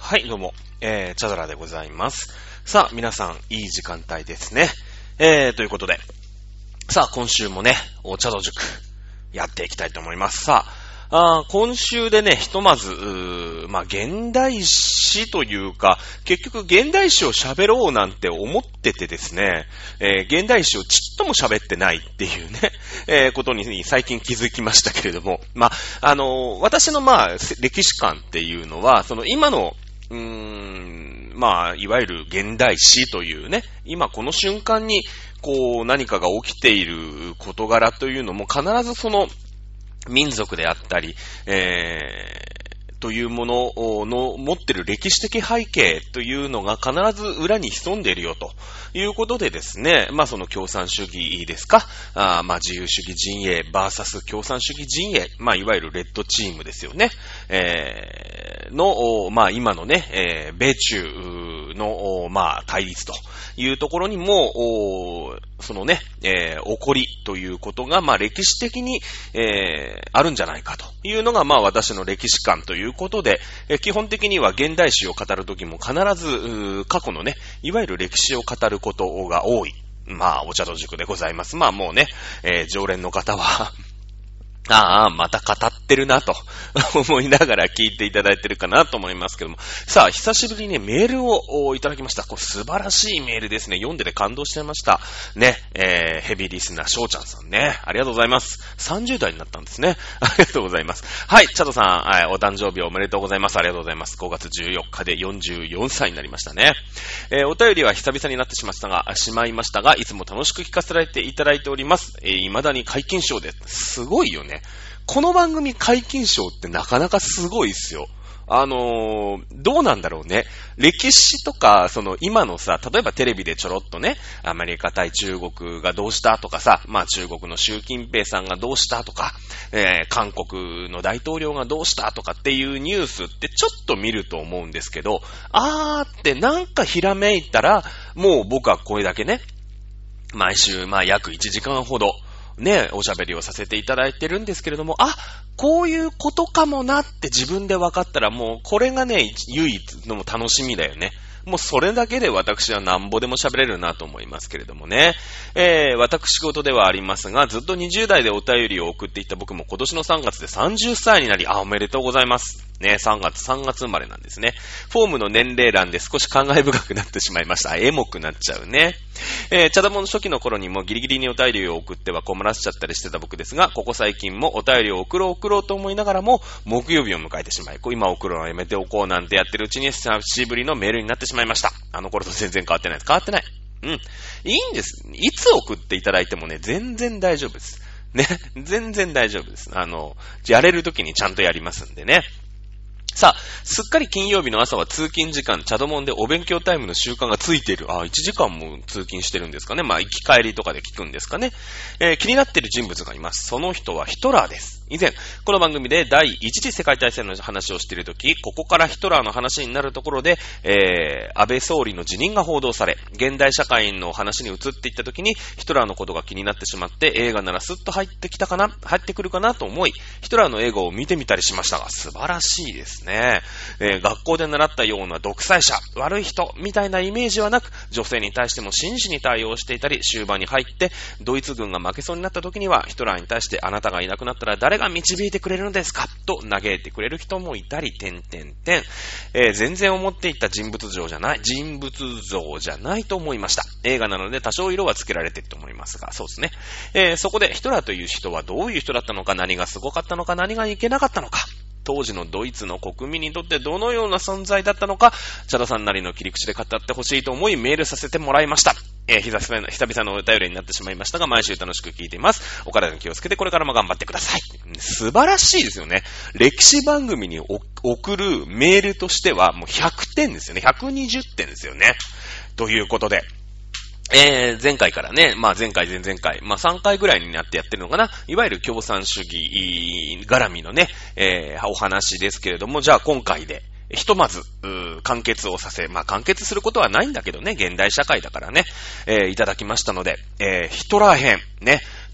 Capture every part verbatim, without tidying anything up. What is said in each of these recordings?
はい、どうも、えー、チャドラでございます。さあ、皆さん、いい時間帯ですね。えー、ということで、さあ、今週もね、お茶道塾、やっていきたいと思います。さあ、あ今週でね、ひとまず、まあ、現代史というか、結局現代史を喋ろうなんて思っててですね、えー、現代史をちっとも喋ってないっていうね、えー、ことに最近気づきましたけれども、まあ、あのー、私のまあ、歴史観っていうのは、その今の、うーん、まあ、いわゆる現代史というね、今この瞬間に、こう、何かが起きている事柄というのも必ずその、民族であったり、えー、というものの持ってる歴史的背景というのが必ず裏に潜んでいるよということでですね、まあその共産主義ですか、あまあ自由主義陣営 ブイエス 共産主義陣営、まあいわゆるレッドチームですよね、えー、の、まあ今のね、えー、米中の、まあ対立というところにも、そのね、えー、起こりということが、まあ歴史的に、えー、あるんじゃないかというのが、まあ私の歴史観ということで、えー、基本的には現代史を語るときも必ず、過去のね、いわゆる歴史を語ることが多い。まあ、お茶道塾でございます。まあもうね、えー、常連の方は、ああ、また語ってるなと思いながら聞いていただいてるかなと思いますけども。さあ、久しぶりにね、メールをいただきました。これ素晴らしいメールですね。読んでて感動しちゃいました。ね、えー、ヘビーリスナー、翔ちゃんさんね。ありがとうございます。さんじゅう代になったんですね。ありがとうございます。はい、チャドさん、はい、お誕生日おめでとうございます。ありがとうございます。ごがつじゅうよっかでよんじゅうよんさいになりましたね。えー、お便りは久々になってしまったが、しまいましたが、いつも楽しく聞かせていただいております。えー、未だに解禁賞です。すごいよね。この番組解禁賞ってなかなかすごいっすよ。あのー、どうなんだろうね。歴史とか、その今のさ、例えばテレビでちょろっとね、アメリカ対中国がどうしたとかさ、まあ中国の習近平さんがどうしたとか、えー、韓国の大統領がどうしたとかっていうニュースってちょっと見ると思うんですけど、あーってなんかひらめいたら、もう僕はこれだけね、毎週まあ約いちじかんほど、ね、おしゃべりをさせていただいてるんですけれども、あ、こういうことかもなって自分で分かったらもうこれがね、唯一の楽しみだよね。もうそれだけで私はなんぼでも喋れるなと思いますけれどもね。えー、私事ではありますが、ずっとにじゅう代でお便りを送っていた僕も今年のさんがつでさんじゅっさいになり、あ、おめでとうございます。ね、さんがつ、さんがつ生まれなんですね。フォームの年齢欄で少し感慨深くなってしまいました。エモくなっちゃうね。えー、チャダモの初期の頃にもギリギリにお便りを送っては困らせちゃったりしてた僕ですが、ここ最近もお便りを送ろう送ろうと思いながらも、木曜日を迎えてしまい、今送るのはやめておこうなんてやってるうちに久しぶりのメールになってしまいました。あの頃と全然変わってないです。変わってない。うん。いいんです。いつ送っていただいてもね、全然大丈夫です。ね。全然大丈夫です。あの、やれるときにちゃんとやりますんでね。さあ、すっかり金曜日の朝は通勤時間、チャドモンでお勉強タイムの習慣がついている。あ、いちじかんも通勤してるんですかね。まあ、行き帰りとかで聞くんですかね。えー、気になっている人物がいます。その人はヒトラーです。以前、この番組で第一次世界大戦の話をしているとき、ここからヒトラーの話になるところで、えー、安倍総理の辞任が報道され、現代社会の話に移っていったときに、ヒトラーのことが気になってしまって、映画ならスッと入ってきたかな、入ってくるかなと思い、ヒトラーの映画を見てみたりしましたが、素晴らしいですね。えー、学校で習ったような独裁者、悪い人みたいなイメージはなく、女性に対しても真摯に対応していたり、終盤に入って、ドイツ軍が負けそうになったときには、ヒトラーに対してあなたがいなくなったら誰が導いてくれるんですかと嘆いてくれる人もいたり、点々点、えー、全然思っていた人物像じゃない、人物像じゃないと思いました。映画なので多少色はつけられていると思いますが、そうですね。えー、そこでヒトラーという人はどういう人だったのか、何がすごかったのか、何がいけなかったのか、当時のドイツの国民にとってどのような存在だったのか、チャドさんなりの切り口で語ってほしいと思いメールさせてもらいました。えー、久々、久々のお便りになってしまいましたが、毎週楽しく聞いています。お体に気をつけてこれからも頑張ってください。素晴らしいですよね。歴史番組に送るメールとしてはもうひゃくてんですよね。ひゃくにじゅってんですよね。ということで、えー、前回からね、まあ前回前々回、まあさんかいぐらいになってやってるのかな。いわゆる共産主義絡みのね、えー、お話ですけれども、じゃあ今回で、ひとまず、完結をさせ、まあ完結することはないんだけどね、現代社会だからね、えー、いただきましたので、えー、ヒトラー編、ね、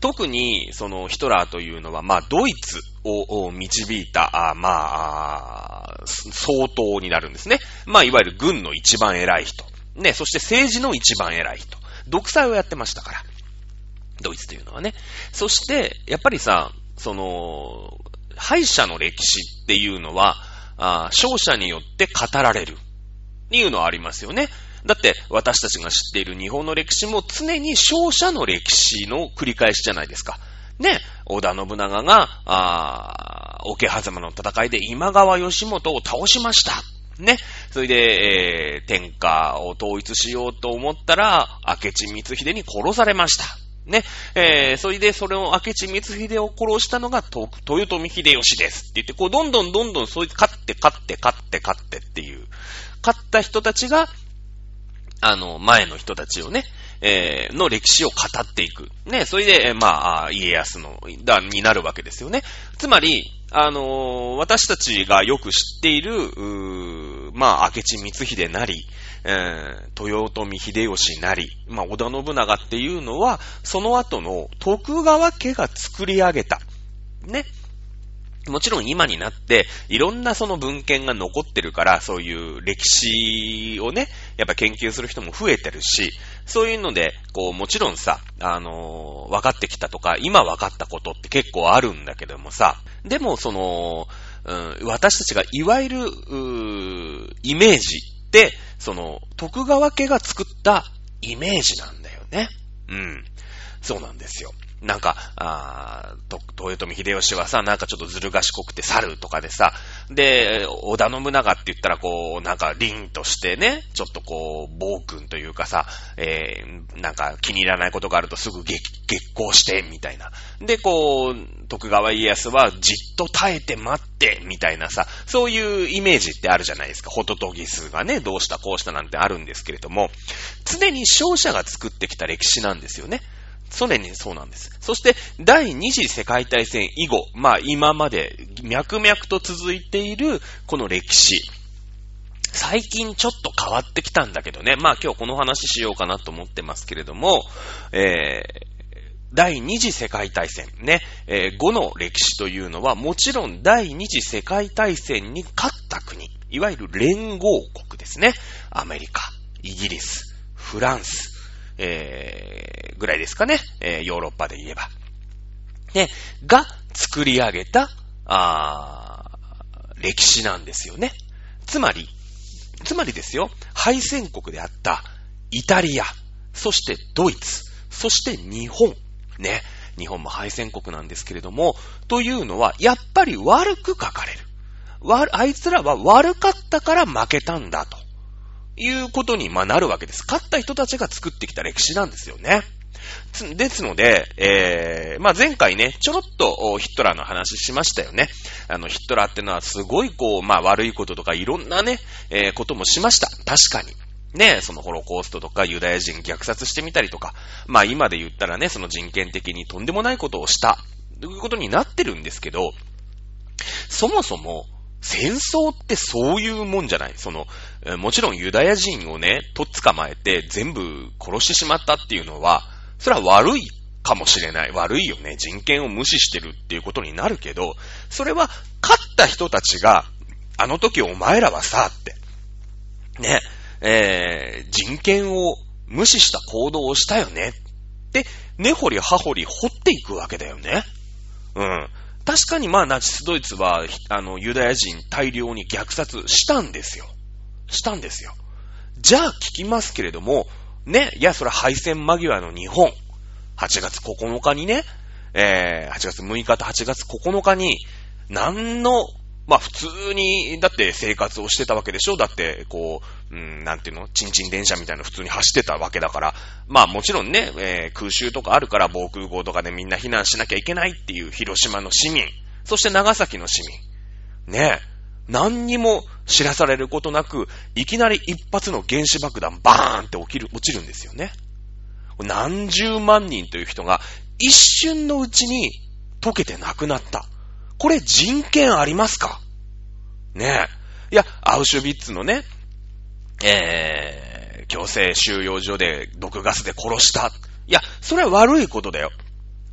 特にそのヒトラーというのは、まあドイツを導いた、あまあ、総統になるんですね。まあいわゆる軍の一番偉い人。ね、そして政治の一番偉い人。独裁をやってましたから。ドイツというのはね。そして、やっぱりさ、その、敗者の歴史っていうのは、あ勝者によって語られる。っていうのはありますよね。だって私たちが知っている日本の歴史も常に勝者の歴史の繰り返しじゃないですか。ね、織田信長が、あ桶狭間の戦いで今川義元を倒しました。ね。それで、えー、天下を統一しようと思ったら、明智光秀に殺されました。ね。えー、それでそれを明智光秀を殺したのがと豊臣秀吉ですって言って、こうどんどんどんどんそいつ勝って勝って勝って勝ってっていう、勝った人たちが、あの、前の人たちをね、えー、の歴史を語っていく。ね、それで、まあ、家康の、だ、になるわけですよね。つまり、あのー、私たちがよく知っている、うーまあ、明智光秀なり、えー、豊臣秀吉なり、まあ、織田信長っていうのは、その後の徳川家が作り上げた。ね。もちろん今になっていろんなその文献が残ってるからそういう歴史をねやっぱ研究する人も増えてるしそういうのでこうもちろんさあのー、分かってきたとか今分かったことって結構あるんだけどもさでもその、うん、私たちがいわゆるうーイメージってその徳川家が作ったイメージなんだよね。うんそうなんですよ。なんか、あ豊臣秀吉はさ、なんかちょっとずる賢くて猿とかでさ、で、織田信長って言ったらこう、なんか凛としてね、ちょっとこう、暴君というかさ、えー、なんか気に入らないことがあるとすぐ激、激高して、みたいな。で、こう、徳川家康はじっと耐えて待って、みたいなさ、そういうイメージってあるじゃないですか。ホトトギスがね、どうしたこうしたなんてあるんですけれども、常に勝者が作ってきた歴史なんですよね。常にそうなんです。そして第二次世界大戦以後、まあ今まで脈々と続いているこの歴史。最近ちょっと変わってきたんだけどね。まあ今日この話しようかなと思ってますけれども、えー、第二次世界大戦ね、えー、後の歴史というのはもちろん第二次世界大戦に勝った国、いわゆる連合国ですね。アメリカ、イギリス、フランス、えー、ぐらいですかね、えー、ヨーロッパで言えば。ね、が作り上げた、あー、歴史なんですよね。つまり、つまりですよ、敗戦国であったイタリア、そしてドイツ、そして日本。ね、日本も敗戦国なんですけれども、というのは、やっぱり悪く書かれる。わ、あいつらは悪かったから負けたんだと。いうことに、まあ、なるわけです。勝った人たちが作ってきた歴史なんですよね。ですので、えー、まあ、前回ね、ちょろっとヒトラーの話しましたよね。あの、ヒトラーってのはすごいこう、まあ、悪いこととかいろんなね、えー、こともしました。確かに。ね、そのホロコーストとかユダヤ人虐殺してみたりとか、まあ、今で言ったらね、その人権的にとんでもないことをした、ということになってるんですけど、そもそも、戦争ってそういうもんじゃない。その、もちろんユダヤ人をね、とっ捕まえて全部殺してしまったっていうのは、それは悪いかもしれない。悪いよね。人権を無視してるっていうことになるけど、それは勝った人たちが、あの時お前らはさ、って、ね、えー、人権を無視した行動をしたよね。って、根掘り葉掘り掘っていくわけだよね。うん。確かにまあナチスドイツはあのユダヤ人大量に虐殺したんですよ。したんですよ。じゃあ聞きますけれども、ね、いやそれ敗戦間際の日本、はちがつここのかにね、えー、はちがつむいかとはちがつここのかに、何の、まあ普通に、だって生活をしてたわけでしょ。だって、こう、うん、なんていうの、チンチン電車みたいなの普通に走ってたわけだから、まあもちろんね、えー、空襲とかあるから防空壕とかでみんな避難しなきゃいけないっていう広島の市民、そして長崎の市民。ね、何にも知らされることなく、いきなり一発の原子爆弾バーンって起きる、落ちるんですよね。何十万人という人が一瞬のうちに溶けて亡くなった。これ人権ありますかねえ。いや、アウシュビッツのね、えー、強制収容所で毒ガスで殺した。いや、それは悪いことだよ。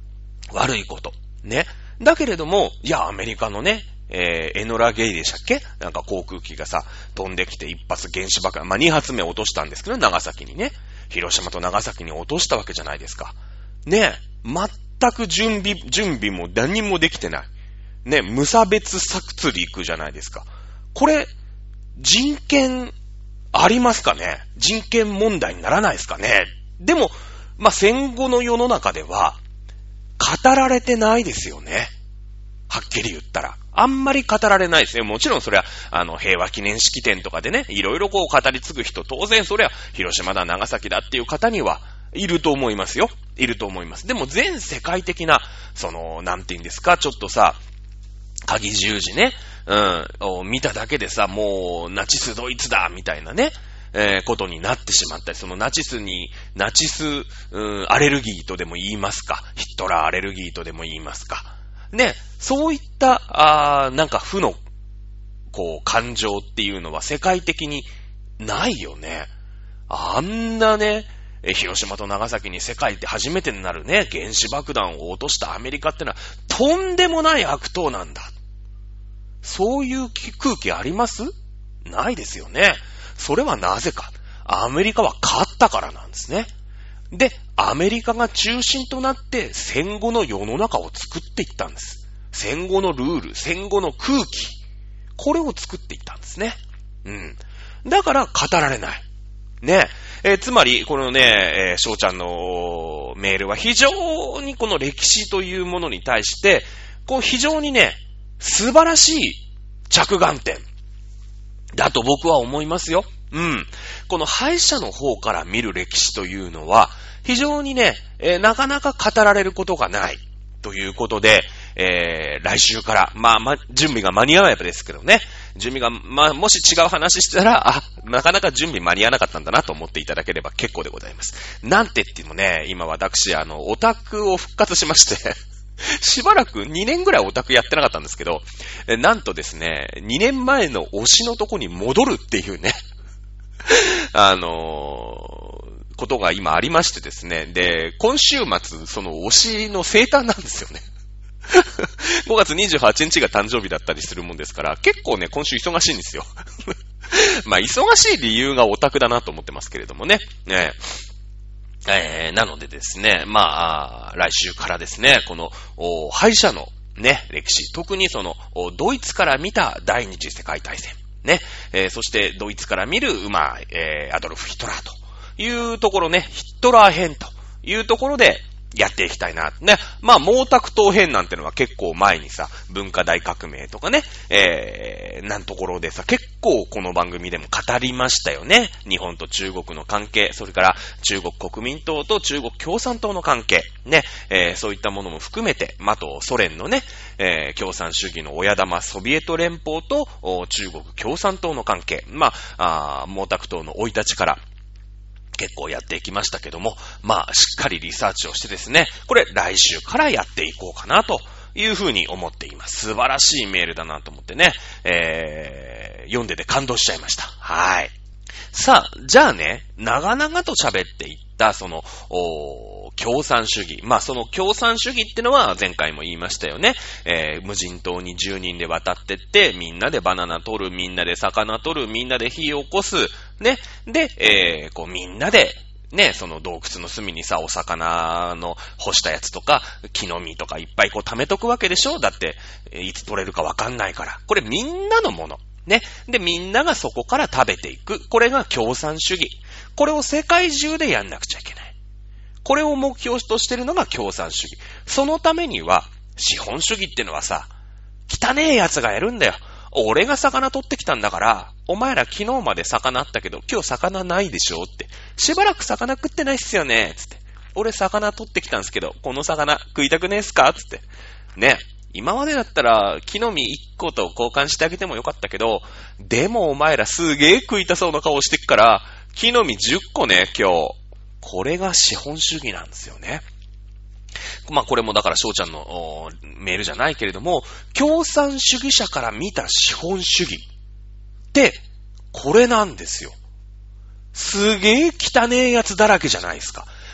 悪いこと。ね。だけれども、いや、アメリカのね、えー、エノラゲイでしたっけ？なんか航空機がさ、飛んできて一発原子爆弾、まあ、二発目落としたんですけど、長崎にね。広島と長崎に落としたわけじゃないですか。ね。全く準備、準備も何もできてない。ね。無差別殺戮じゃないですか。これ、人権、ありますかね？人権問題にならないですかね？でも、まあ、戦後の世の中では、語られてないですよね。はっきり言ったら。あんまり語られないですね。もちろんそれは、あの、平和記念式典とかでね、いろいろこう語り継ぐ人、当然それは、広島だ、長崎だっていう方には、いると思いますよ。いると思います。でも全世界的な、その、なんて言うんですか、ちょっとさ、鍵十字ね、うん、を見ただけでさ、もう、ナチスドイツだ、みたいなね、えー、ことになってしまったり、そのナチスに、ナチス、うん、アレルギーとでも言いますか、ヒトラーアレルギーとでも言いますか。ね、そういった、あー、なんか負の、こう、感情っていうのは世界的にないよね。あんなね、広島と長崎に世界って初めてになるね、原子爆弾を落としたアメリカってのは、とんでもない悪党なんだ。そういう空気あります？ないですよね。それはなぜか。アメリカは勝ったからなんですね。で、アメリカが中心となって戦後の世の中を作っていったんです。戦後のルール、戦後の空気。これを作っていったんですね。うん。だから語られない。ね。えー、つまり、このね、えー、翔ちゃんのメールは非常にこの歴史というものに対して、こう非常にね、素晴らしい着眼点だと僕は思いますよ。うん。この敗者の方から見る歴史というのは、非常にね、えー、なかなか語られることがないということで、えー、来週から、まあ、ま、準備が間に合えばですけどね、準備が、まあ、もし違う話したら、あ、なかなか準備間に合わなかったんだなと思っていただければ結構でございます。なんて言ってもね、今私、あの、オタクを復活しまして、しばらくにねんぐらいオタクやってなかったんですけど、なんとですね、にねんまえの推しのとこに戻るっていうね、あのー、ことが今ありましてですね、で、今週末、その推しの生誕なんですよね。ごがつにじゅうはちにちが誕生日だったりするもんですから、結構ね、今週忙しいんですよ。まあ、忙しい理由がオタクだなと思ってますけれどもね。ねえー、なのでですね、まあ、来週からですね、この、敗者のね、歴史、特にその、ドイツから見た第二次世界大戦、ね、えー、そしてドイツから見る、まあ、えー、アドルフ・ヒトラーというところね、ヒトラー編というところで、やっていきたいな。ね。まあ、毛沢東編なんてのは結構前にさ、文化大革命とかね、えー、なんところでさ、結構この番組でも語りましたよね。日本と中国の関係、それから中国国民党と中国共産党の関係、ね、えー、そういったものも含めて、まあ、とソ連のね、えー、共産主義の親玉ソビエト連邦と中国共産党の関係、まあ、あ毛沢東の生い立ちから、結構やっていきましたけども、まあ、しっかりリサーチをしてですね、これ来週からやっていこうかなというふうに思っています。素晴らしいメールだなと思ってね、えー、読んでて感動しちゃいました。はい。さあ、じゃあね、長々と喋っていった、その、共産主義。まあ、その共産主義ってのは前回も言いましたよね。えー、無人島にじゅうにんで渡ってって、みんなでバナナ取る、みんなで魚取る、みんなで火を起こす。ね。で、えー、こうみんなで、ね、その洞窟の隅にさ、お魚の干したやつとか、木の実とかいっぱいこう貯めとくわけでしょ？だって、いつ取れるかわかんないから。これみんなのもの。ね。で、みんながそこから食べていく。これが共産主義。これを世界中でやんなくちゃいけない。これを目標としてるのが共産主義。そのためには、資本主義ってのはさ、汚ねえ奴がやるんだよ。俺が魚取ってきたんだから、お前ら昨日まで魚あったけど、今日魚ないでしょって。しばらく魚食ってないっすよねつって。俺魚取ってきたんすけど、この魚食いたくねえっすかつって。ね。今までだったら、木の実いっこと交換してあげてもよかったけど、でもお前らすげえ食いたそうな顔してっから、木の実じゅっこね、今日。これが資本主義なんですよね。まあこれもだから翔ちゃんのメールじゃないけれども、共産主義者から見た資本主義ってこれなんですよ。すげえ汚ねえやつだらけじゃないですか。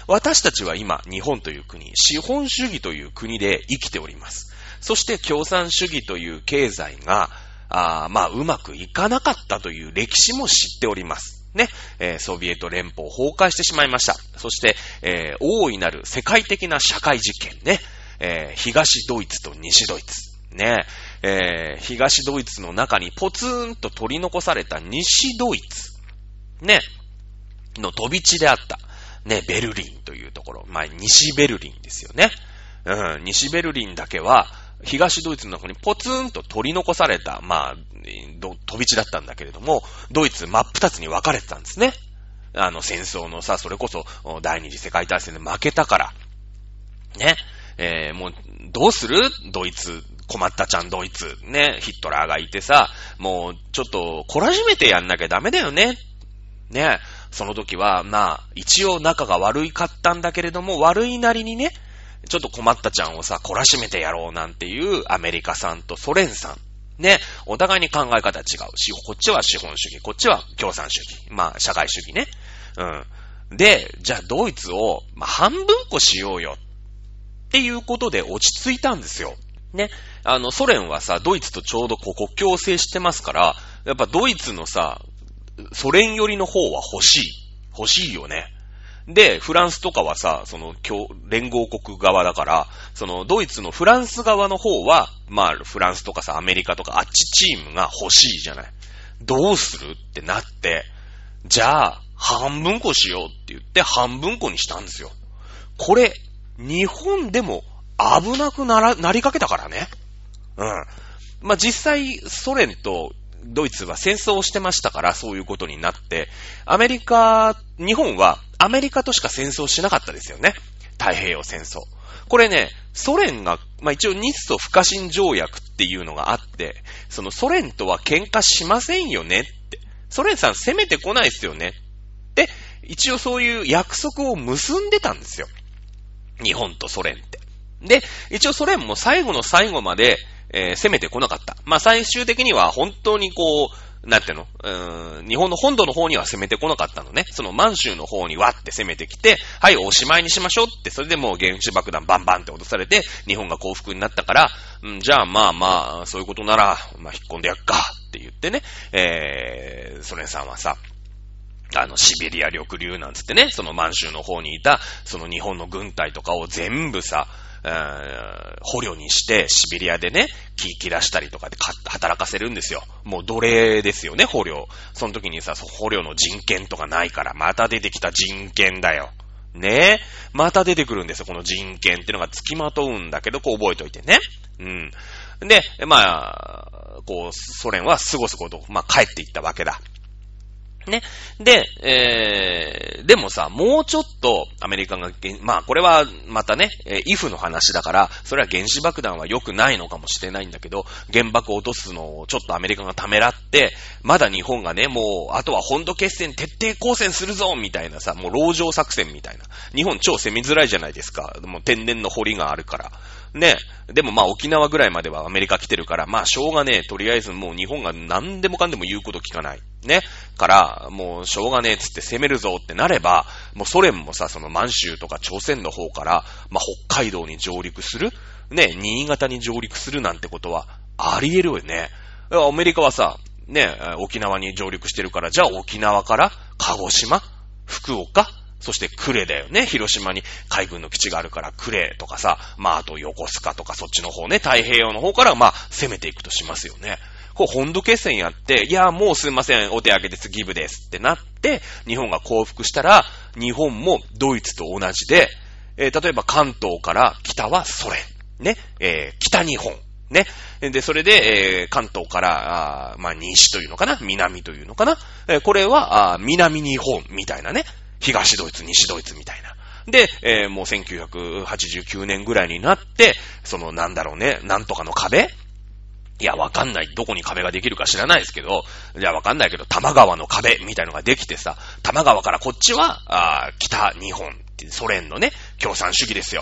私たちは今、日本という国、資本主義という国で生きております。そして共産主義という経済が、あまあ、うまくいかなかったという歴史も知っております。ね、えー、ソビエト連邦崩壊してしまいました。そして、えー、大いなる世界的な社会実験ね、えー、東ドイツと西ドイツ。ね、えー、東ドイツの中にポツンと取り残された西ドイツ。ね、の飛び地であった。ね、ベルリンというところ。まあ、西ベルリンですよね。うん、西ベルリンだけは、東ドイツの中にポツンと取り残された、まあ、飛び地だったんだけれども、ドイツ真っ二つに分かれてたんですね。あの、戦争のさ、それこそ、第二次世界大戦で負けたから。ね。えー、もう、どうする？ドイツ、困ったちゃんドイツ。ね。ヒットラーがいてさ、もう、ちょっと、懲らしめてやんなきゃダメだよね。ね。その時は、まあ、一応仲が悪いかったんだけれども、悪いなりにね、ちょっと困ったちゃんをさ、懲らしめてやろうなんていうアメリカさんとソ連さん。ね。お互いに考え方違う。こっちは資本主義、こっちは共産主義。まあ、社会主義ね。うん。で、じゃあドイツを、まあ、半分こしようよ。っていうことで落ち着いたんですよ。ね。あの、ソ連はさ、ドイツとちょうどこう国境を接してますから、やっぱドイツのさ、ソ連寄りの方は欲しい。欲しいよね。で、フランスとかはさ、その、連合国側だから、その、ドイツのフランス側の方は、まあ、フランスとかさ、アメリカとか、あっちチームが欲しいじゃない。どうするってなって、じゃあ、半分こしようって言って、半分こにしたんですよ。これ、日本でも危なくなら、なりかけたからね。うん。まあ、実際、ソ連と、ドイツは戦争をしてましたからそういうことになって、アメリカ、日本はアメリカとしか戦争しなかったですよね。太平洋戦争。これね、ソ連が、まあ一応日ソ不可侵条約っていうのがあって、そのソ連とは喧嘩しませんよねって。ソ連さん攻めてこないですよね。で、一応そういう約束を結んでたんですよ。日本とソ連って。で、一応ソ連も最後の最後まで、えー、攻めてこなかった。まあ、最終的には本当にこう、なんていうのうーん、日本の本土の方には攻めてこなかったのね。その満州の方にわって攻めてきて、はい、おしまいにしましょうって、それでもう原子爆弾バンバンって脅されて、日本が降伏になったから、うん、じゃあまあまあ、そういうことなら、まあ、引っ込んでやっかって言ってね、えー、ソ連さんはさ、あの、シベリア緑流なんつってね、その満州の方にいた、その日本の軍隊とかを全部さ、捕虜にしてシベリアでね、木切らしたりとかで働かせるんですよ。もう奴隷ですよね、捕虜。その時にさ、捕虜の人権とかないから、また出てきた人権だよ。ねえ。また出てくるんですよ、この人権っていうのが付きまとうんだけど、こう覚えといてね。うん。で、まあ、こう、ソ連はすごすごと、まあ帰っていったわけだ。ね。で、えー、でもさ、もうちょっとアメリカが、まあこれはまたね、えー、イフの話だから、それは原子爆弾は良くないのかもしれないんだけど、原爆を落とすのをちょっとアメリカがためらって、まだ日本がね、もう、あとは本土決戦徹底抗戦するぞみたいなさ、もう籠城作戦みたいな。日本超攻めづらいじゃないですか。もう天然の堀があるから。ね。でもまあ沖縄ぐらいまではアメリカ来てるから、まあしょうがねえ。とりあえずもう日本が何でもかんでも言うこと聞かない。ね。から、もうしょうがねえっつって攻めるぞってなれば、もうソ連もさ、その満州とか朝鮮の方から、まあ北海道に上陸するね。新潟に上陸するなんてことはあり得るよね。アメリカはさ、ね、沖縄に上陸してるから、じゃあ沖縄から鹿児島、福岡、そして呉だよね。広島に海軍の基地があるから呉とかさ、まああと横須賀とかそっちの方ね、太平洋の方からまあ攻めていくとしますよね。こう本土決戦やって、いやもうすいません、お手上げです、ギブですってなって、日本が降伏したら、日本もドイツと同じで、えー、例えば関東から北はソ連、ね、えー、北日本、ね。で、それで、えー、関東から、あまあ西というのかな、南というのかな、えー、これはあ南日本みたいなね。東ドイツ、西ドイツみたいな。で、えー、もうせんきゅうひゃくはちじゅうきゅうねんぐらいになって、そのなんだろうね、なんとかの壁いや、わかんない。どこに壁ができるか知らないですけど、いや、わかんないけど、多摩川の壁みたいのができてさ、多摩川からこっちは、あ北日本ってソ連のね、共産主義ですよ。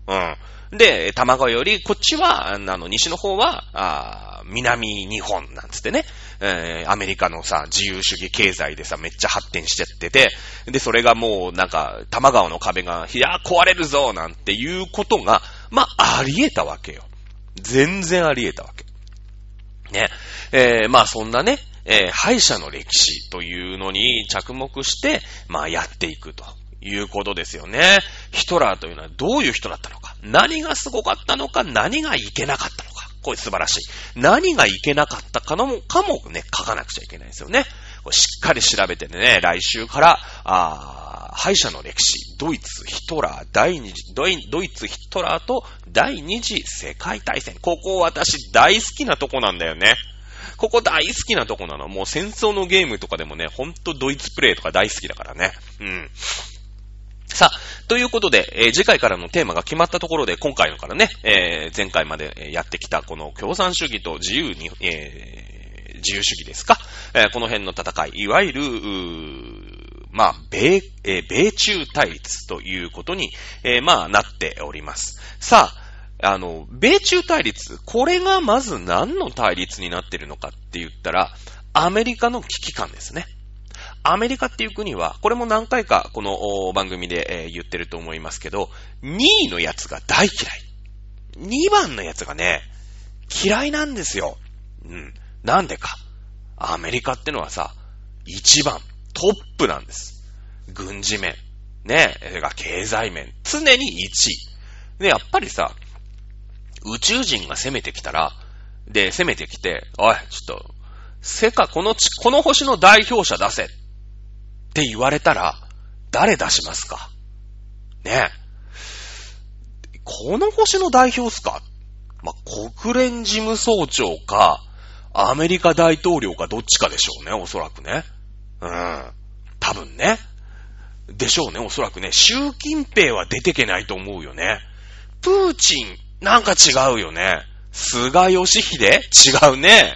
うん。で、卵より、こっちは、あの、西の方は、あ南日本なんつってね、えー、アメリカのさ、自由主義経済でさ、めっちゃ発展してってて、で、それがもう、なんか、多摩川の壁が、いや、壊れるぞなんていうことが、まあ、あり得たわけよ。全然あり得たわけ。ね。えー、まあ、そんなね、えー、敗者の歴史というのに着目して、まあ、やっていくと。いうことですよね。ヒトラーというのはどういう人だったのか。何がすごかったのか、何がいけなかったのか。これ素晴らしい。何がいけなかったかのも、かもね、書かなくちゃいけないですよね。これしっかり調べてね、来週から、あ敗者の歴史、ドイツ、ヒトラー、第二次、ドイ、ドイツ、ヒトラーと第二次世界大戦。ここ私大好きなとこなんだよね。ここ大好きなとこなの。もう戦争のゲームとかでもね、ほんとドイツプレイとか大好きだからね。うん。さあ、ということで、えー、次回からのテーマが決まったところで、今回のからね、えー、前回までやってきたこの共産主義と自由に、えー、自由主義ですか、えー、この辺の戦い、いわゆる、まあ、米、えー、米中対立ということに、えー、まあ、なっております。さあ、あの、米中対立、これがまず何の対立になっているのかって言ったら、アメリカの危機感ですね。アメリカっていう国は、これも何回かこの番組で、えー、言ってると思いますけど、にいのやつが大嫌い。にばんのやつがね、嫌いなんですよ。うん。なんでか。アメリカってのはさ、いちばん、トップなんです。軍事面。ね、それが経済面。常にいちい。で、やっぱりさ、宇宙人が攻めてきたら、で、攻めてきて、おい、ちょっと、世界、このち、この星の代表者出せ。って言われたら、誰出しますかねえ。この星の代表っすかまあ、国連事務総長か、アメリカ大統領かどっちかでしょうね、おそらくね。うん。多分ね。でしょうね、おそらくね。習近平は出てけないと思うよね。プーチン、なんか違うよね。菅義偉違うね。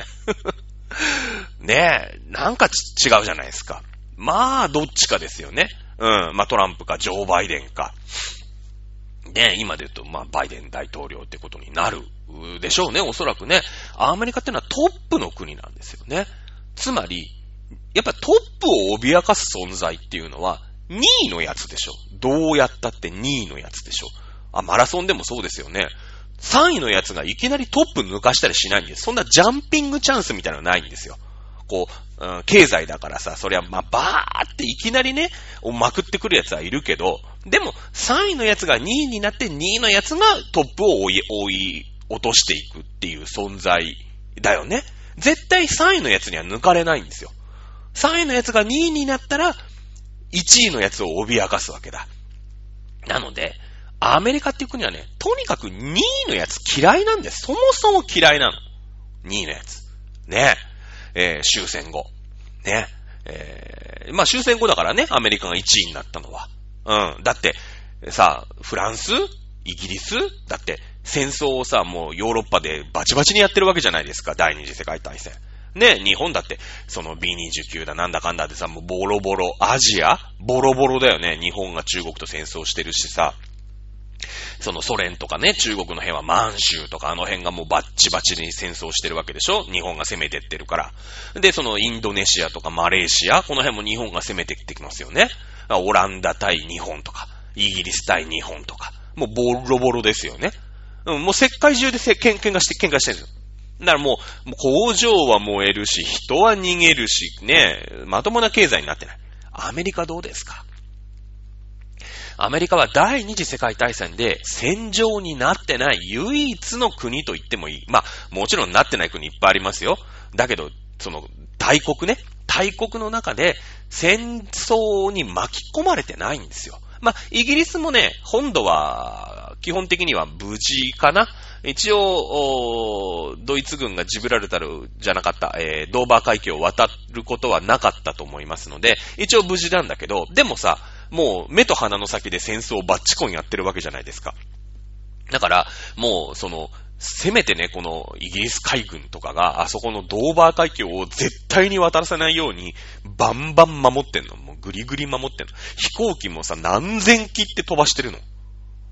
ねえ、なんか違うじゃないですか。まあ、どっちかですよね。うん。まあ、トランプか、ジョー・バイデンか。ね、今で言うと、まあ、バイデン大統領ってことになるでしょうね、おそらくね。アメリカってのはトップの国なんですよね。つまり、やっぱトップを脅かす存在っていうのは、にいのやつでしょ。どうやったってにいのやつでしょ。あ、マラソンでもそうですよね。さんいのやつがいきなりトップ抜かしたりしないんです。そんなジャンピングチャンスみたいなのないんですよ。こう、うん、経済だからさ、そりゃ、まあ、バーっていきなりね、まくってくるやつはいるけど、でも、さんいのやつがにいになって、にいのやつがトップを追い、追い、落としていくっていう存在だよね。絶対さんいのやつには抜かれないんですよ。さんいのやつがにいになったら、いちいのやつを脅かすわけだ。なので、アメリカっていう国はね、とにかくにいのやつ嫌いなんです。そもそも嫌いなの。にいのやつ。ねえ。えー、終戦後。ね。えー、まあ終戦後だからね、アメリカがいちいになったのは。うん。だって、さ、フランス？イギリス？だって、戦争をさ、もうヨーロッパでバチバチにやってるわけじゃないですか、第二次世界大戦。ね、日本だって、その ビーにじゅうきゅう だなんだかんだでさ、もうボロボロ、アジア？ボロボロだよね。日本が中国と戦争してるしさ。そのソ連とかね、中国の辺は満州とかあの辺がもうバッチバチに戦争してるわけでしょ？日本が攻めてってるから。で、そのインドネシアとかマレーシア、この辺も日本が攻めてきてきますよね。オランダ対日本とか、イギリス対日本とか、もうボロボロですよね。うん、もう世界中でせ喧嘩して、喧嘩してるんですよ。だからもう、もう工場は燃えるし、人は逃げるし、ね、まともな経済になってない。アメリカどうですか？アメリカは第二次世界大戦で戦場になってない唯一の国と言ってもいい。まあ、もちろんなってない国いっぱいありますよ。だけど、その大国ね、大国の中で戦争に巻き込まれてないんですよ。まあ、イギリスもね、本土は基本的には無事かな。一応、ドイツ軍がジブラルタルじゃなかった、えー、ドーバー海峡を渡ることはなかったと思いますので、一応無事なんだけど、でもさ、もう目と鼻の先で戦争をバッチコンやってるわけじゃないですか。だから、もうその、せめてね、このイギリス海軍とかが、あそこのドーバー海峡を絶対に渡らせないように、バンバン守ってんの。もうグリグリ守ってんの。飛行機もさ、何千機って飛ばしてるの。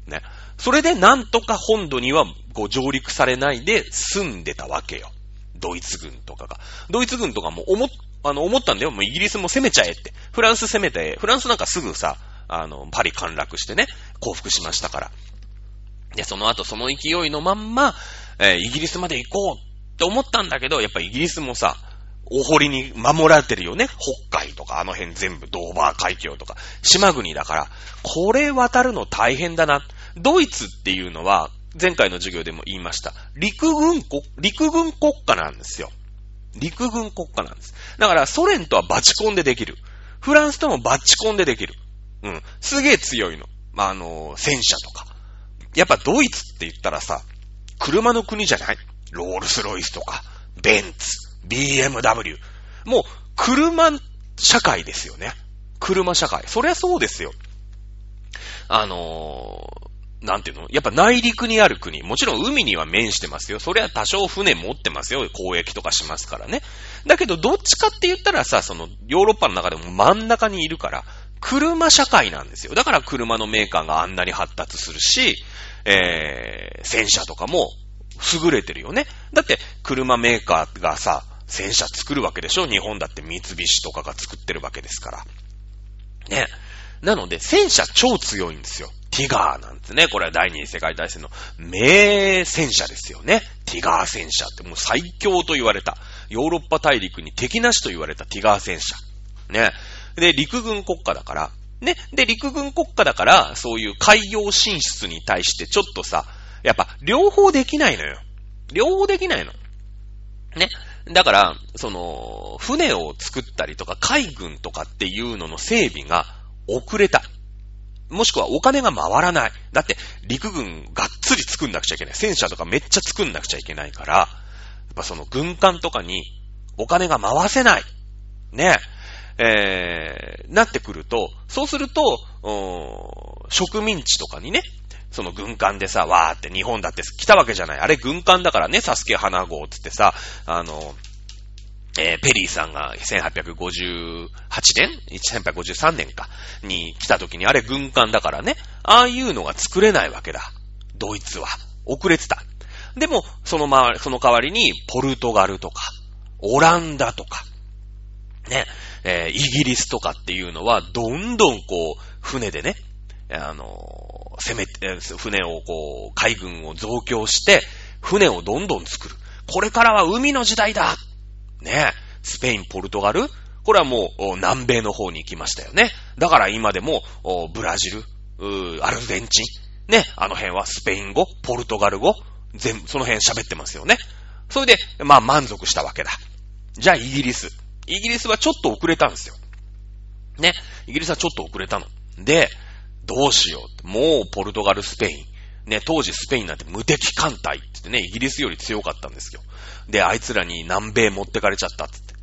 ね。それでなんとか本土にはこう上陸されないで済んでたわけよ。ドイツ軍とかが。ドイツ軍とかも思っ、あの思ったんだよ。もうイギリスも攻めちゃえって。フランス攻めて、フランスなんかすぐさ、あの、パリ陥落してね、降伏しましたから。で、その後その勢いのまんま、えー、イギリスまで行こうって思ったんだけど、やっぱイギリスもさ、大堀に守られてるよね。北海とかあの辺全部ドーバー海峡とか島国だから、これ渡るの大変だな。ドイツっていうのは前回の授業でも言いました。陸軍国、陸軍国家なんですよ。陸軍国家なんです。だからソ連とはバチコンでできる。フランスともバチコンでできる。うん。すげえ強いの。まあ、あの、戦車とか。やっぱドイツって言ったらさ、車の国じゃない？ロールスロイスとか、ベンツ。ビーエムダブリュー。もう、車社会ですよね。車社会。そりゃそうですよ。あのー、なんていうの？やっぱ内陸にある国。もちろん海には面してますよ。そりゃ多少船持ってますよ。交易とかしますからね。だけど、どっちかって言ったらさ、その、ヨーロッパの中でも真ん中にいるから、車社会なんですよ。だから車のメーカーがあんなに発達するし、えー、戦車とかも優れてるよね。だって、車メーカーがさ、戦車作るわけでしょ？日本だって三菱とかが作ってるわけですから。ね。なので、戦車超強いんですよ。ティガーなんてね。これは第二次世界大戦の名戦車ですよね。ティガー戦車ってもう最強と言われた。ヨーロッパ大陸に敵なしと言われたティガー戦車。ね。で、陸軍国家だから。ね。で、陸軍国家だから、そういう海洋進出に対してちょっとさ、やっぱ両方できないのよ。両方できないの。ね。だから、その、船を作ったりとか、海軍とかっていうのの整備が遅れた。もしくはお金が回らない。だって、陸軍がっつり作んなくちゃいけない。戦車とかめっちゃ作んなくちゃいけないから、やっぱその軍艦とかにお金が回せない。ね。えー、なってくると、そうすると、植民地とかにね、その軍艦でさ、わーって日本だって来たわけじゃない。あれ軍艦だからね、サスケ花号つってさ、あの、えー、ペリーさんがせんはっぴゃくごじゅうはちねん ?せんはっぴゃくごじゅうさんねんかに来た時にあれ軍艦だからね、ああいうのが作れないわけだ。ドイツは。遅れてた。でも、そのま、その代わりに、ポルトガルとか、オランダとか、ね、えー、イギリスとかっていうのは、どんどんこう、船でね、あのー、攻めて、船をこう、海軍を増強して、船をどんどん作る。これからは海の時代だね、スペイン、ポルトガル、これはもう南米の方に行きましたよね。だから今でもブラジル、アルゼンチン、ね、あの辺はスペイン語、ポルトガル語、全部その辺喋ってますよね。それで、まあ満足したわけだ。じゃあイギリス。イギリスはちょっと遅れたんですよ。ね、イギリスはちょっと遅れたの。で、どうしよう。もうポルトガル、スペイン。ね、当時スペインなんて無敵艦隊って言ってね、イギリスより強かったんですよ。で、あいつらに南米持ってかれちゃったって言って。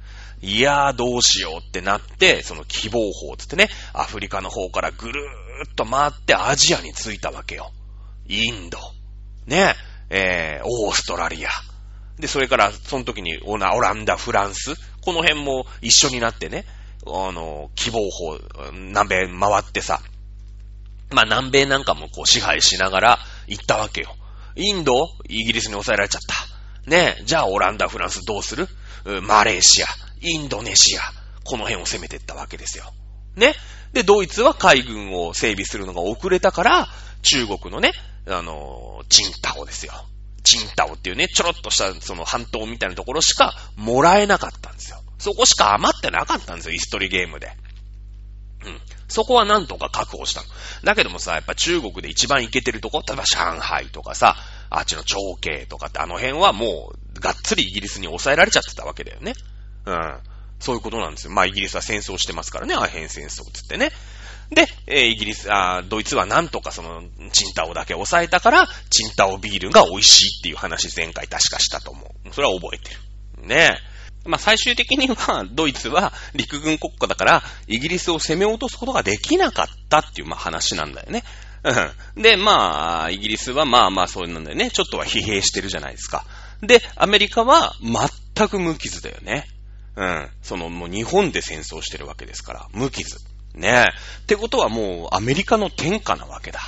いやーどうしようってなって、その希望法って言ってね、アフリカの方からぐるーっと回ってアジアに着いたわけよ。インド。ね、えー、オーストラリア。で、それからその時にオランダ、フランス。この辺も一緒になってね、あの、希望法、南米回ってさ、まあ南米なんかもこう支配しながら行ったわけよ。インド、イギリスに抑えられちゃった。ねえ、じゃあオランダ、フランスどうする？マレーシア、インドネシア、この辺を攻めていったわけですよ。ね。で、ドイツは海軍を整備するのが遅れたから、中国のね、あの、チンタオですよ。チンタオっていうね、ちょろっとしたその半島みたいなところしかもらえなかったんですよ。そこしか余ってなかったんですよ、イストリゲームで。うん。そこはなんとか確保したの。だけどもさ、やっぱ中国で一番イケてるとこ、例えば上海とかさ、あっちの長慶とかってあの辺はもう、がっつりイギリスに抑えられちゃってたわけだよね。うん。そういうことなんですよ。まあイギリスは戦争してますからね、アヘン戦争つってね。で、えー、イギリス、あドイツはなんとかその、チンタオだけ抑えたから、チンタオビールが美味しいっていう話前回確かしたと思う。それは覚えてる。ねえ。まあ最終的にはドイツは陸軍国家だからイギリスを攻め落とすことができなかったっていうまあ話なんだよね。うん。で、まあイギリスはまあまあそうなんだよね。ちょっとは疲弊してるじゃないですか。で、アメリカは全く無傷だよね。うん。そのもう日本で戦争してるわけですから無傷。ねえ。ってことはもうアメリカの天下なわけだ。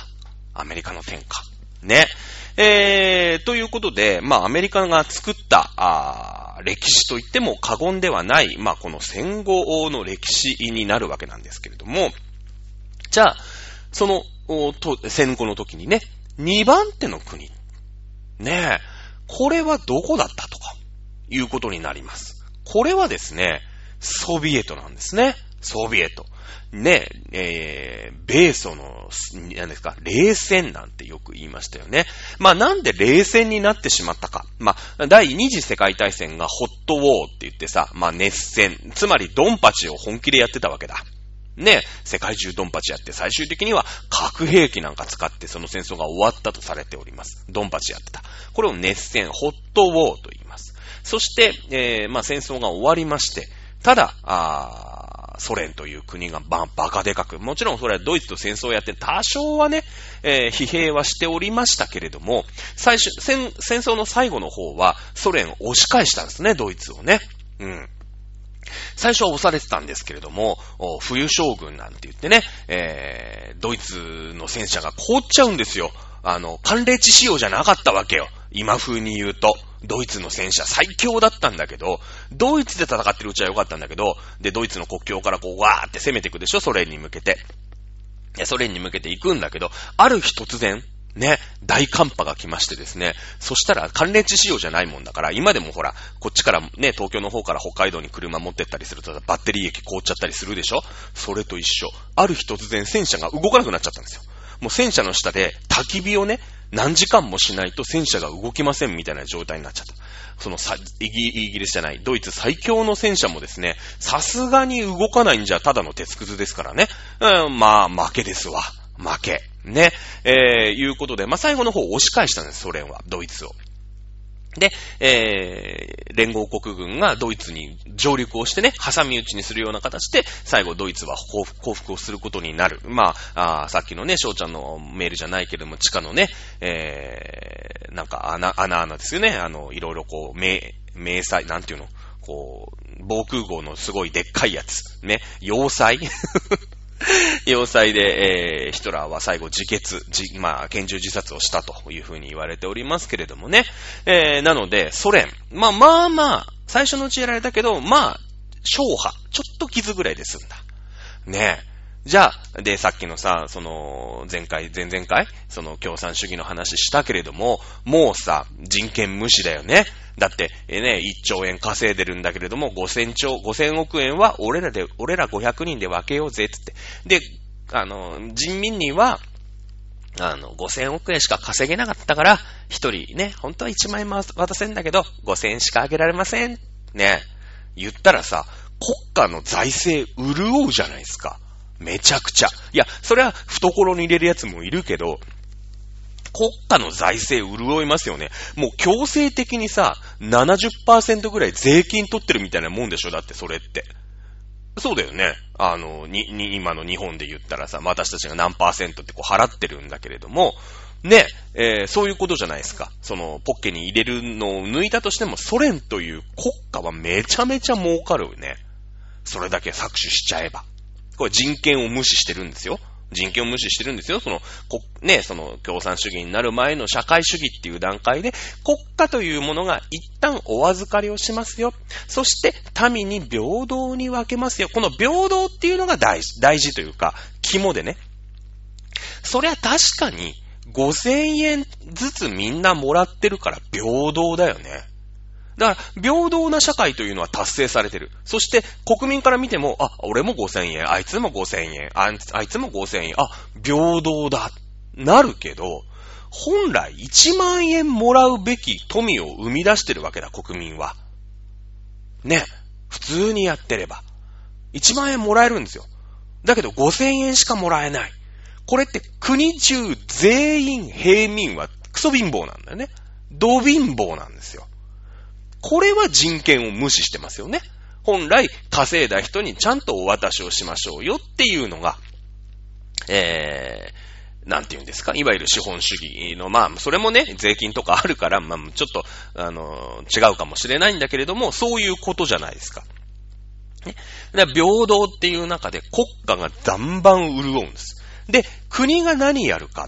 アメリカの天下。ね。えー、ということで、まあ、アメリカが作った、あ歴史といっても過言ではない、まあ、この戦後の歴史になるわけなんですけれども、じゃあ、その、と戦後の時にね、にばん手の国。ねえ、これはどこだったとか、いうことになります。これはですね、ソビエトなんですね。ソビエト。ねえ、えー、米ソの、何ですか、冷戦なんてよく言いましたよね。まあなんで冷戦になってしまったか。まあ、第二次世界大戦がホットウォーって言ってさ、まあ熱戦。つまりドンパチを本気でやってたわけだ。ね、世界中ドンパチやって最終的には核兵器なんか使ってその戦争が終わったとされております。ドンパチやってた。これを熱戦、ホットウォーと言います。そして、えー、まあ戦争が終わりまして、ただ、あソ連という国がババカでかく、もちろんそれはドイツと戦争をやって多少はね、えー、疲弊はしておりましたけれども、最初、戦、戦争の最後の方はソ連を押し返したんですね、ドイツをね。うん。最初は押されてたんですけれども、冬将軍なんて言ってね、えー、ドイツの戦車が凍っちゃうんですよ。あの、寒冷地仕様じゃなかったわけよ。今風に言うと。ドイツの戦車最強だったんだけど、ドイツで戦ってるうちは良かったんだけど、で、ドイツの国境からこう、わーって攻めていくでしょ、ソ連に向けて。ソ連に向けて行くんだけど、ある日突然、ね、大寒波が来ましてですね、そしたら寒冷地仕様じゃないもんだから、今でもほら、こっちからね、東京の方から北海道に車持ってったりすると、バッテリー液凍っちゃったりするでしょ。それと一緒。ある日突然戦車が動かなくなっちゃったんですよ。もう戦車の下で焚き火をね、何時間もしないと戦車が動きませんみたいな状態になっちゃった。そのさ、イギ、イギリスじゃない、ドイツ最強の戦車もですね、さすがに動かないんじゃただの鉄くずですからね。うん、まあ、負けですわ。負け。ね。えー、いうことで、まあ、最後の方を押し返したんです、ソ連は、ドイツを。で、えー、連合国軍がドイツに上陸をしてね、挟み撃ちにするような形で、最後ドイツは降伏、降伏をすることになる。まあ、あさっきのね、翔ちゃんのメールじゃないけれども、地下のね、えー、なんか穴、穴穴ですよね。あの、いろいろこう、迷、迷彩、なんていうのこう、防空壕のすごいでっかいやつ。ね、要塞要塞で、えー、ヒトラーは最後自決、自、まあ、拳銃自殺をしたというふうに言われておりますけれどもね。えー、なので、ソ連。まあまあまあ、最初のうちやられたけど、まあ、勝破。ちょっと傷ぐらいで済んだ。ねえ。じゃあ、で、さっきのさ、その、前回、前々回、その共産主義の話したけれども、もうさ、人権無視だよね。だって、えね、いっちょうえん稼いでるんだけれども、ごせんちょう、ごせんおくえんは俺らで、俺らごひゃくにんで分けようぜ、つって。で、あの、人民には、あの、ごせんおくえんしか稼げなかったから、一人ね、本当はいちまんえん渡せんだけど、ごせんえんしかあげられません。ね。言ったらさ、国家の財政潤うじゃないですか。めちゃくちゃ。いや、それは懐に入れるやつもいるけど、国家の財政潤いますよね。もう強制的にさ、ななじゅっパーセント ぐらい税金取ってるみたいなもんでしょ。だってそれって。そうだよね。あの、に、に、今の日本で言ったらさ、私たちが何パーセントってこう払ってるんだけれども、ね、えー、そういうことじゃないですか。その、ポッケに入れるのを抜いたとしても、ソ連という国家はめちゃめちゃ儲かるよね。それだけ搾取しちゃえば。これ人権を無視してるんですよ。人権を無視してるんですよ。その、こ、ね、その共産主義になる前の社会主義っていう段階で、国家というものが一旦お預かりをしますよ。そして、民に平等に分けますよ。この平等っていうのが大事、大事というか、肝でね。そりゃ確かに、ごせんえんずつみんなもらってるから平等だよね。だから、平等な社会というのは達成されてる。そして、国民から見ても、あ、俺もごせんえん、あいつもごせんえん、あ、あいつもごせんえん、あ、平等だ。なるけど、本来いちまんえんもらうべき富を生み出してるわけだ、国民は。ね。普通にやってれば。いちまんえんもらえるんですよ。だけどごせんえんしかもらえない。これって国中全員平民はクソ貧乏なんだよね。ド貧乏なんですよ。これは人権を無視してますよね。本来稼いだ人にちゃんとお渡しをしましょうよっていうのが、えー、なんて言うんですか、いわゆる資本主義の、まあ、それもね、税金とかあるから、まあ、ちょっと、あの、違うかもしれないんだけれども、そういうことじゃないですか。ね。だから平等っていう中で国家がバンバン潤うんです。で、国が何やるかっ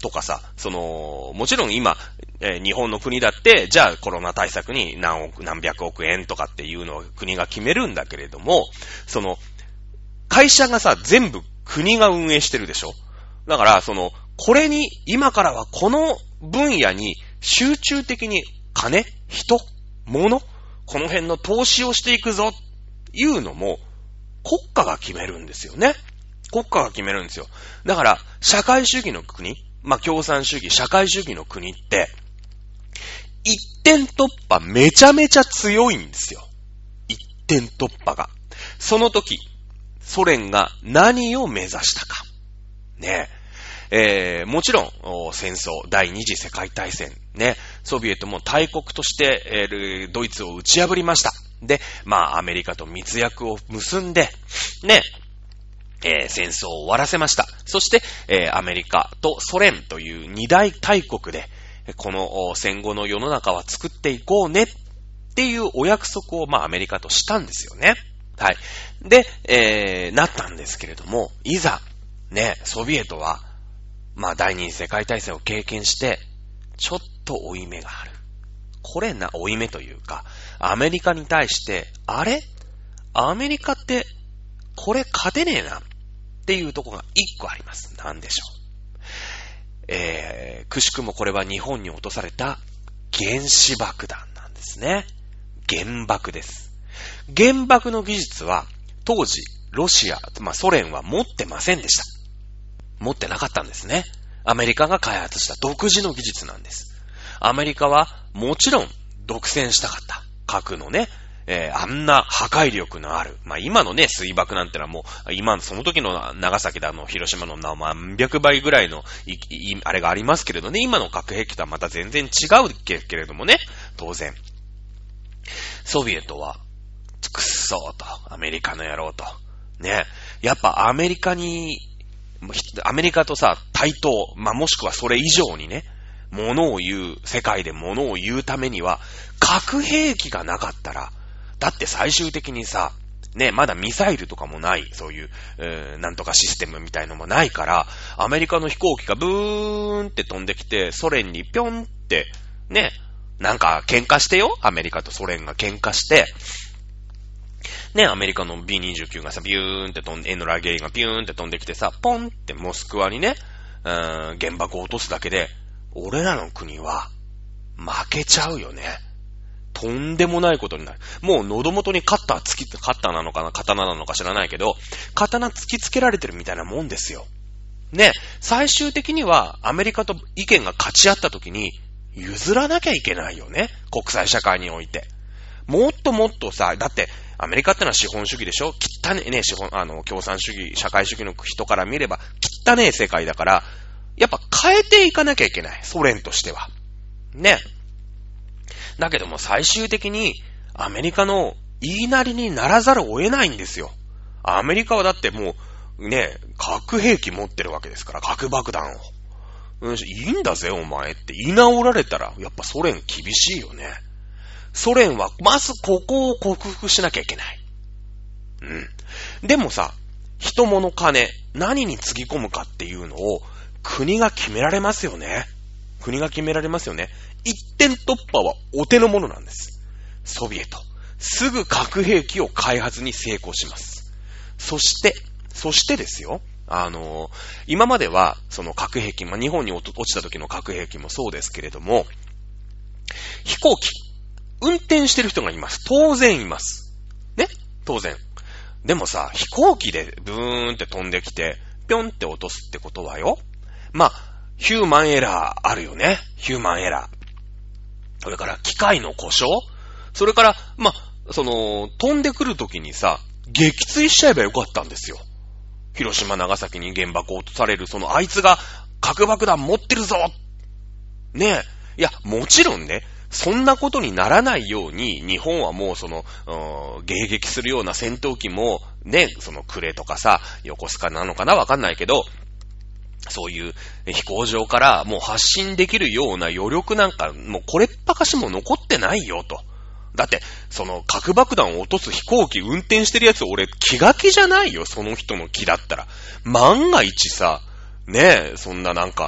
とかさ、その、もちろん今、えー、日本の国だって、じゃあコロナ対策に何億、何百億円とかっていうのを国が決めるんだけれども、その、会社がさ、全部国が運営してるでしょ？だから、その、これに、今からはこの分野に集中的に金、人、物、この辺の投資をしていくぞ、いうのも、国家が決めるんですよね。国家が決めるんですよ。だから、社会主義の国、まあ、共産主義、社会主義の国って、一点突破めちゃめちゃ強いんですよ。一点突破が。その時、ソ連が何を目指したか。ねえ。えー、もちろん、戦争、第二次世界大戦、ね、ソビエトも大国として、えー、ドイツを打ち破りました。で、まあ、アメリカと密約を結んで、ね、えー、戦争を終わらせました。そして、えー、アメリカとソ連という二大大国で、この戦後の世の中は作っていこうねっていうお約束を、まあ、アメリカとしたんですよね。はい。で、えー、なったんですけれども、いざ、ね、ソビエトは、まあ、第二次世界大戦を経験して、ちょっと負い目がある。これな、負い目というか、アメリカに対して、あれ？アメリカって、これ勝てねえなっていうところが一個あります。なんでしょう。えー、くしくもこれは日本に落とされた原子爆弾なんですね。原爆です。原爆の技術は当時ロシア、まあソ連は持ってませんでした。持ってなかったんですね。アメリカが開発した独自の技術なんです。アメリカはもちろん独占したかった。核のね、えー、あんな破壊力のある。まあ、今のね、水爆なんてのはもう、今のその時の長崎だの、広島の何百倍ぐらいの、い、い、あれがありますけれどね、今の核兵器とはまた全然違うけれどもね、当然。ソビエトは、くっそーと、アメリカの野郎と。ね、やっぱアメリカに、アメリカとさ、対等、まあ、もしくはそれ以上にね、ものを言う、世界でものを言うためには、核兵器がなかったら、だって最終的にさ、ね、まだミサイルとかもない、そういう、えー、なんとかシステムみたいのもないから、アメリカの飛行機がブーンって飛んできて、ソ連にぴょんって、ね、なんか喧嘩してよ、アメリカとソ連が喧嘩して、ね、アメリカの ビーにじゅうきゅう がさ、ビューンって飛んで、エノラゲイがビューンって飛んできてさ、ポンってモスクワにね、うーん、原爆を落とすだけで、俺らの国は、負けちゃうよね。とんでもないことになる。もう喉元にカッター突き、カッターなのかな、刀なのか知らないけど、刀突きつけられてるみたいなもんですよ。ね、最終的にはアメリカと意見が勝ち合った時に譲らなきゃいけないよね。国際社会において。もっともっとさ、だってアメリカってのは資本主義でしょ？汚ねえね、資本、あの、共産主義、社会主義の人から見れば汚ねえ世界だから、やっぱ変えていかなきゃいけない。ソ連としては。ね。だけども最終的にアメリカの言いなりにならざるを得ないんですよ。アメリカはだってもうね、核兵器持ってるわけですから、核爆弾を。うん、いいんだぜお前って言い直られたら、やっぱソ連厳しいよね。ソ連はまずここを克服しなきゃいけない。うん。でもさ、人物金、何につぎ込むかっていうのを国が決められますよね。国が決められますよね。一点突破はお手の物なんです。ソビエト。すぐ核兵器を開発に成功します。そして、そしてですよ。あのー、今までは、その核兵器、まあ、日本に落ちた時の核兵器もそうですけれども、飛行機、運転してる人がいます。当然います。ね？当然。でもさ、飛行機でブーンって飛んできて、ぴょんって落とすってことはよ。まあ、ヒューマンエラーあるよね。ヒューマンエラー。それから機械の故障？それから、まあ、その、飛んでくるときにさ、撃墜しちゃえばよかったんですよ。広島、長崎に原爆を落とされる、そのあいつが核爆弾持ってるぞ！ねえ。いや、もちろんね、そんなことにならないように、日本はもうその、迎撃するような戦闘機も、ね、その呉とかさ、横須賀なのかなわかんないけど、そういう飛行場からもう発信できるような余力なんか、もうこれっぱかしも残ってないよと。だって、その核爆弾を落とす飛行機運転してるやつ俺気が気じゃないよ、その人の気だったら。万が一さ、ねえ、そんななんか、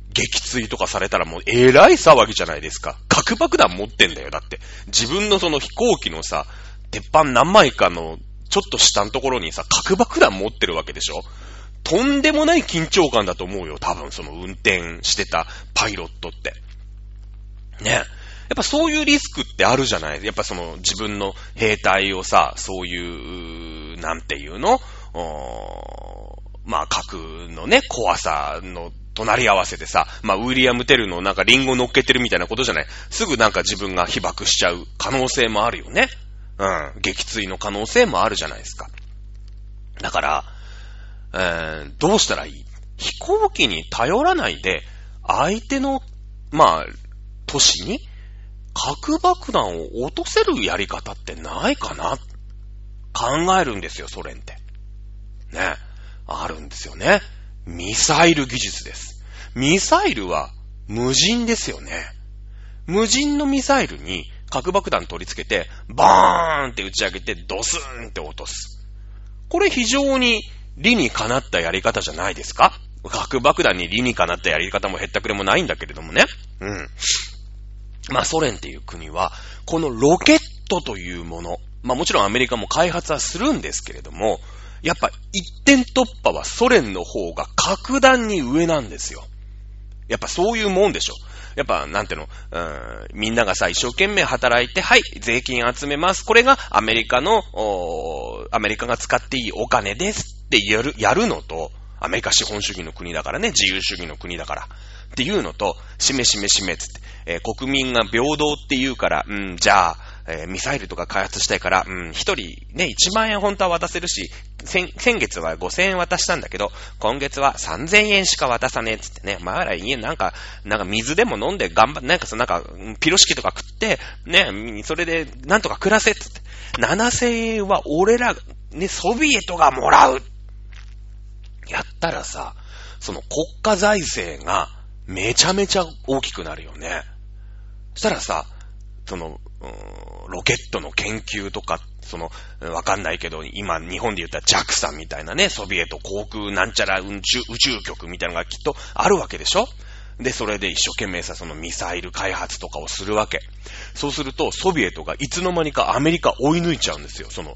撃墜とかされたらもうえらい騒ぎじゃないですか。核爆弾持ってんだよ。だって。自分のその飛行機のさ、鉄板何枚かのちょっと下のところにさ、核爆弾持ってるわけでしょ。とんでもない緊張感だと思うよ。多分その運転してたパイロットって。ね。やっぱそういうリスクってあるじゃない。やっぱその自分の兵隊をさ、そういう、なんていうのまあ核のね、怖さの隣り合わせでさ、まあウィリアム・テルのなんかリンゴ乗っけてるみたいなことじゃない。すぐなんか自分が被爆しちゃう可能性もあるよね。うん。撃墜の可能性もあるじゃないですか。だから、えー、どうしたらいい？飛行機に頼らないで、相手の、まあ、都市に核爆弾を落とせるやり方ってないかな？考えるんですよ、ソ連って。ね。あるんですよね。ミサイル技術です。ミサイルは無人ですよね。無人のミサイルに核爆弾取り付けて、バーンって打ち上げてドスーンって落とす。これ非常に理にかなったやり方じゃないですか？核爆弾に理にかなったやり方もへったくれもないんだけれどもね。うん。まあソ連っていう国は、このロケットというもの、まあもちろんアメリカも開発はするんですけれども、やっぱ一点突破はソ連の方が格段に上なんですよ。やっぱそういうもんでしょ。やっぱなんていうの、うーん、みんながさ一生懸命働いて、はい、税金集めます。これがアメリカの、アメリカが使っていいお金ですってやる、やるのと、アメリカ資本主義の国だからね、自由主義の国だから。っていうのと、しめしめしめつって、えー、国民が平等って言うから、うん、じゃあ、えー、ミサイルとか開発したいから、うん、一人ね、いちまん円本当は渡せるし、先、先月はごせんえん渡したんだけど、今月はさんぜんえんしか渡さねえっつってね、まあら家なんか、なんか水でも飲んで頑張っ、なんかそのなんか、ピロシキとか食って、ね、それでなんとか暮らせっつって、ななせんえんは俺ら、ね、ソビエトがもらうやったらさ、その国家財政がめちゃめちゃ大きくなるよね。そしたらさ、その、ロケットの研究とか、その、わかんないけど、今日本で言ったら ジャクサ みたいなね、ソビエト航空なんちゃら宇宙、宇宙局みたいなのがきっとあるわけでしょ？で、それで一生懸命さ、そのミサイル開発とかをするわけ。そうすると、ソビエトがいつの間にかアメリカ追い抜いちゃうんですよ。その、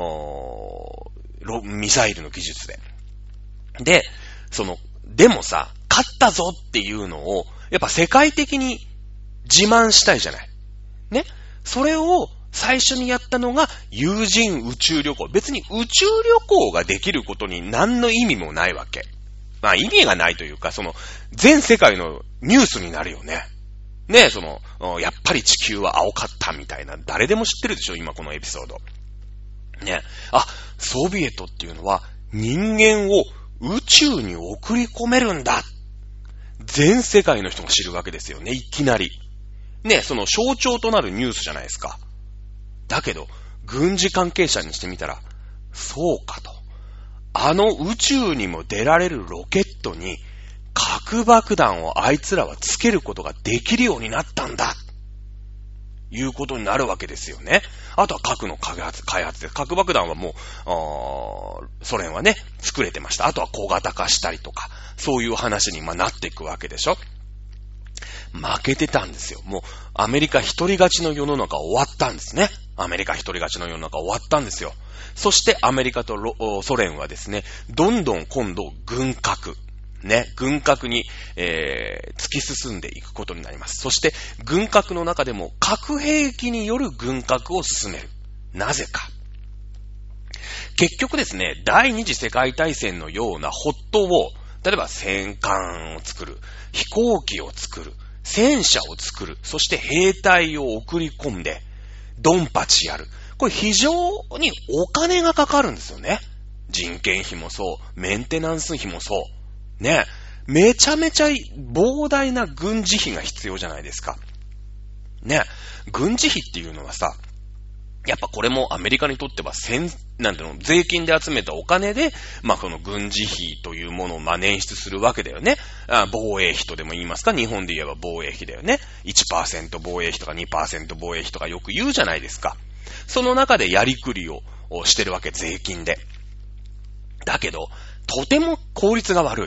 ミサイルの技術で。で、その、でもさ、勝ったぞっていうのを、やっぱ世界的に自慢したいじゃない。ね？それを最初にやったのが有人宇宙旅行。別に宇宙旅行ができることに何の意味もないわけ。まあ意味がないというか、その、全世界のニュースになるよね。ね、その、やっぱり地球は青かったみたいな、誰でも知ってるでしょ、今このエピソード。ね。あ、ソビエトっていうのは人間を宇宙に送り込めるんだ。全世界の人が知るわけですよね、いきなり。ね、その象徴となるニュースじゃないですか。だけど、軍事関係者にしてみたら、そうかと。あの宇宙にも出られるロケットに、核爆弾をあいつらはつけることができるようになったんだ。いうことになるわけですよね。あとは核の開発、開発で。核爆弾はもう、ソ連はね、作れてました。あとは小型化したりとか、そういう話にまあなっていくわけでしょ。負けてたんですよ。もう、アメリカ一人勝ちの世の中終わったんですね。アメリカ一人勝ちの世の中終わったんですよ。そしてアメリカとソ連はですね、どんどん今度軍拡。ね、軍拡に、えー、突き進んでいくことになります。そして、軍拡の中でも核兵器による軍拡を進める。なぜか。結局ですね、第二次世界大戦のようなホットウォー、例えば戦艦を作る、飛行機を作る、戦車を作る、そして兵隊を送り込んで、ドンパチやる。これ非常にお金がかかるんですよね。人件費もそう、メンテナンス費もそう。ね、めちゃめちゃ膨大な軍事費が必要じゃないですか。ね、軍事費っていうのはさ、やっぱこれもアメリカにとっては戦、なんていうの、税金で集めたお金で、まあこの軍事費というものをまあ捻出するわけだよね。あ、防衛費とでも言いますか、日本で言えば防衛費だよね。いちパーセント 防衛費とか にパーセント 防衛費とかよく言うじゃないですか。その中でやりくりをしてるわけ、税金で。だけど、とても効率が悪い。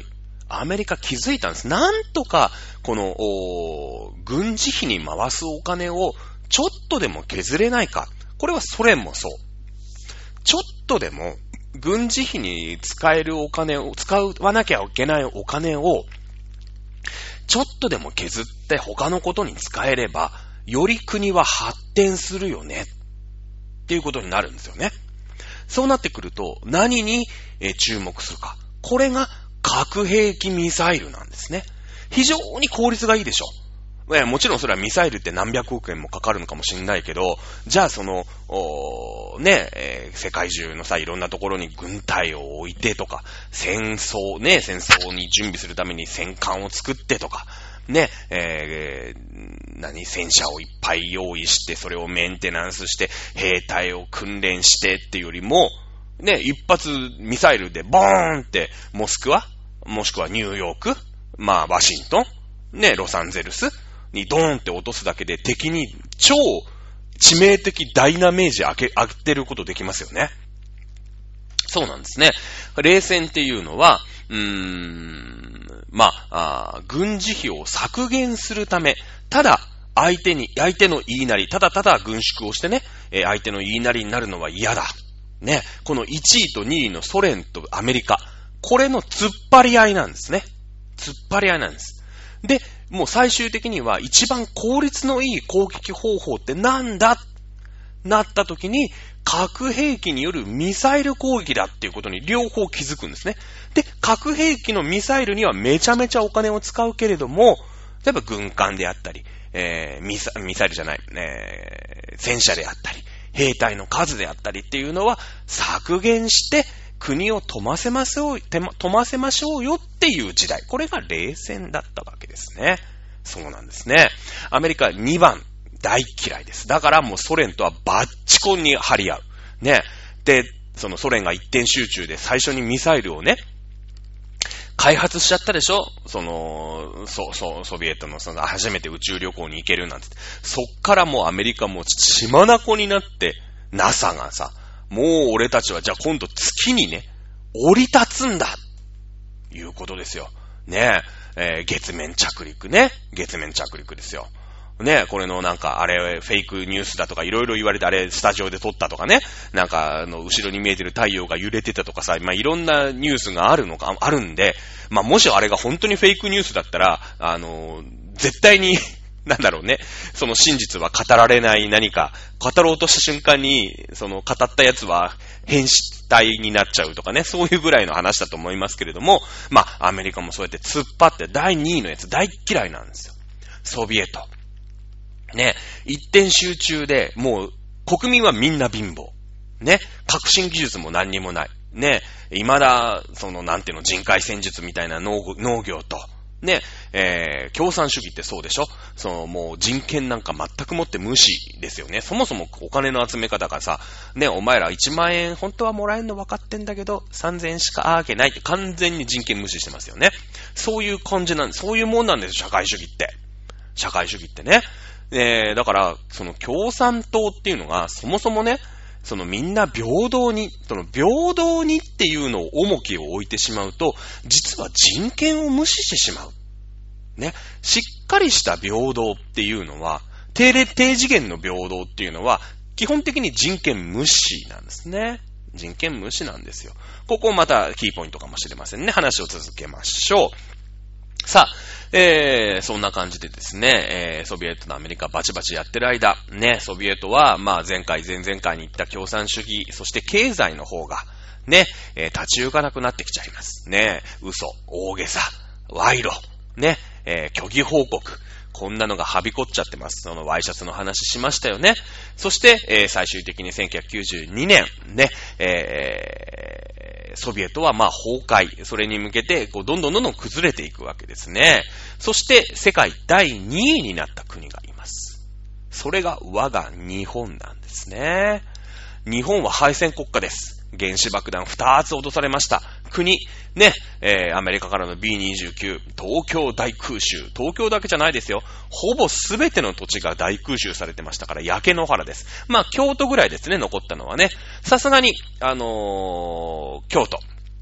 アメリカ気づいたんです。なんとか、この、軍事費に回すお金をちょっとでも削れないか。これはソ連もそう。ちょっとでも軍事費に使えるお金を、使わなきゃいけないお金を、ちょっとでも削って他のことに使えれば、より国は発展するよね。っていうことになるんですよね。そうなってくると、何に注目するか。これが核兵器ミサイルなんですね。非常に効率がいいでしょ。もちろんそれはミサイルって何百億円もかかるのかもしれないけど、じゃあその、ね、えー、世界中のさ、いろんなところに軍隊を置いてとか、戦争ね、戦争に準備するために戦艦を作ってとか、ね、えー、何、戦車をいっぱい用意して、それをメンテナンスして、兵隊を訓練してっていうよりも、ね、一発ミサイルでボーンって、モスクワ、もしくはニューヨーク、まあ、ワシントン、ね、ロサンゼルスにドーンって落とすだけで敵に超致命的ダイナメージ当て、当てることできますよね。そうなんですね。冷戦っていうのは、うーん、まあ、あ軍事費を削減するため、ただ相手に、相手の言いなり、ただただ軍縮をしてね、えー、相手の言いなりになるのは嫌だ。ね、このいちいとにいのソ連とアメリカ、これの突っ張り合いなんですね。突っ張り合いなんです。で、もう最終的には一番効率のいい攻撃方法ってなんだなった時に、核兵器によるミサイル攻撃だっていうことに両方気づくんですね。で、核兵器のミサイルにはめちゃめちゃお金を使うけれども、例えば軍艦であったり、えー、ミサ、ミサイルじゃない、えー、戦車であったり、兵隊の数であったりっていうのは削減して国を富ませましょう、富ませましょうよっていう時代。これが冷戦だったわけですね。そうなんですね。アメリカにばん大嫌いです。だからもうソ連とはバッチコンに張り合う。ね。で、そのソ連が一点集中で最初にミサイルをね、開発しちゃったでしょ。その、そうそう、ソビエトのその初めて宇宙旅行に行けるなんて。そっからもうアメリカも血眼になって ナサ がさ、もう俺たちはじゃあ今度月にね、降り立つんだいうことですよ。ねえ、えー、月面着陸ね。月面着陸ですよ。ねえ、これのなんか、あれ、フェイクニュースだとかいろいろ言われて、あれ、スタジオで撮ったとかね。なんか、あの、後ろに見えてる太陽が揺れてたとかさ、まあ、いろんなニュースがあるのか、あるんで、まあ、もしあれが本当にフェイクニュースだったら、あの、絶対に、なんだろうね、その真実は語られない何か、語ろうとした瞬間に、その語ったやつは変死体になっちゃうとかね、そういうぐらいの話だと思いますけれども、まあ、アメリカもそうやって突っ張ってだいにいのやつ大嫌いなんですよ。ソビエト。ね、一点集中で、もう、国民はみんな貧乏。ね、革新技術も何にもない。ね、未だ、その、なんていうの、人海戦術みたいな農、農業と、ね、えー、共産主義ってそうでしょ？その、もう人権なんか全くもって無視ですよね。そもそもお金の集め方がさ、ね、お前らいちまんえん本当はもらえるの分かってんだけど、さんぜんえんしかあわけないって完全に人権無視してますよね。そういう感じなんです。そういうもんなんですよ、社会主義って。社会主義ってね。えー、だから、その共産党っていうのが、そもそもね、そのみんな平等に、その平等にっていうのを重きを置いてしまうと、実は人権を無視してしまう。ね。しっかりした平等っていうのは、低レ、低次元の平等っていうのは、基本的に人権無視なんですね。人権無視なんですよ。ここまたキーポイントかもしれませんね。話を続けましょう。さあ、えー、そんな感じでですね、えー、ソビエトとアメリカバチバチやってる間、ね、ソビエトは、まあ前回、前々回に言った共産主義、そして経済の方が、ね、えー、立ち行かなくなってきちゃいます。ね、嘘、大げさ、賄賂、ね、えー、虚偽報告、こんなのがはびこっちゃってます。そのワイシャツの話しましたよね。そして、えー、最終的にせんきゅうひゃくきゅうじゅうにねん、ね、えー、ソビエトはまあ崩壊、それに向けてこうどんどんどんどん崩れていくわけですね。そして世界だいにいになった国がいます。それが我が日本なんですね。日本は敗戦国家です。原子爆弾ふたつ落とされました。国、ね、えー、アメリカからの ビーにじゅうきゅう、東京大空襲。東京だけじゃないですよ。ほぼすべての土地が大空襲されてましたから、焼け野原です。まあ、京都ぐらいですね、残ったのはね。さすがに、あのー、京都。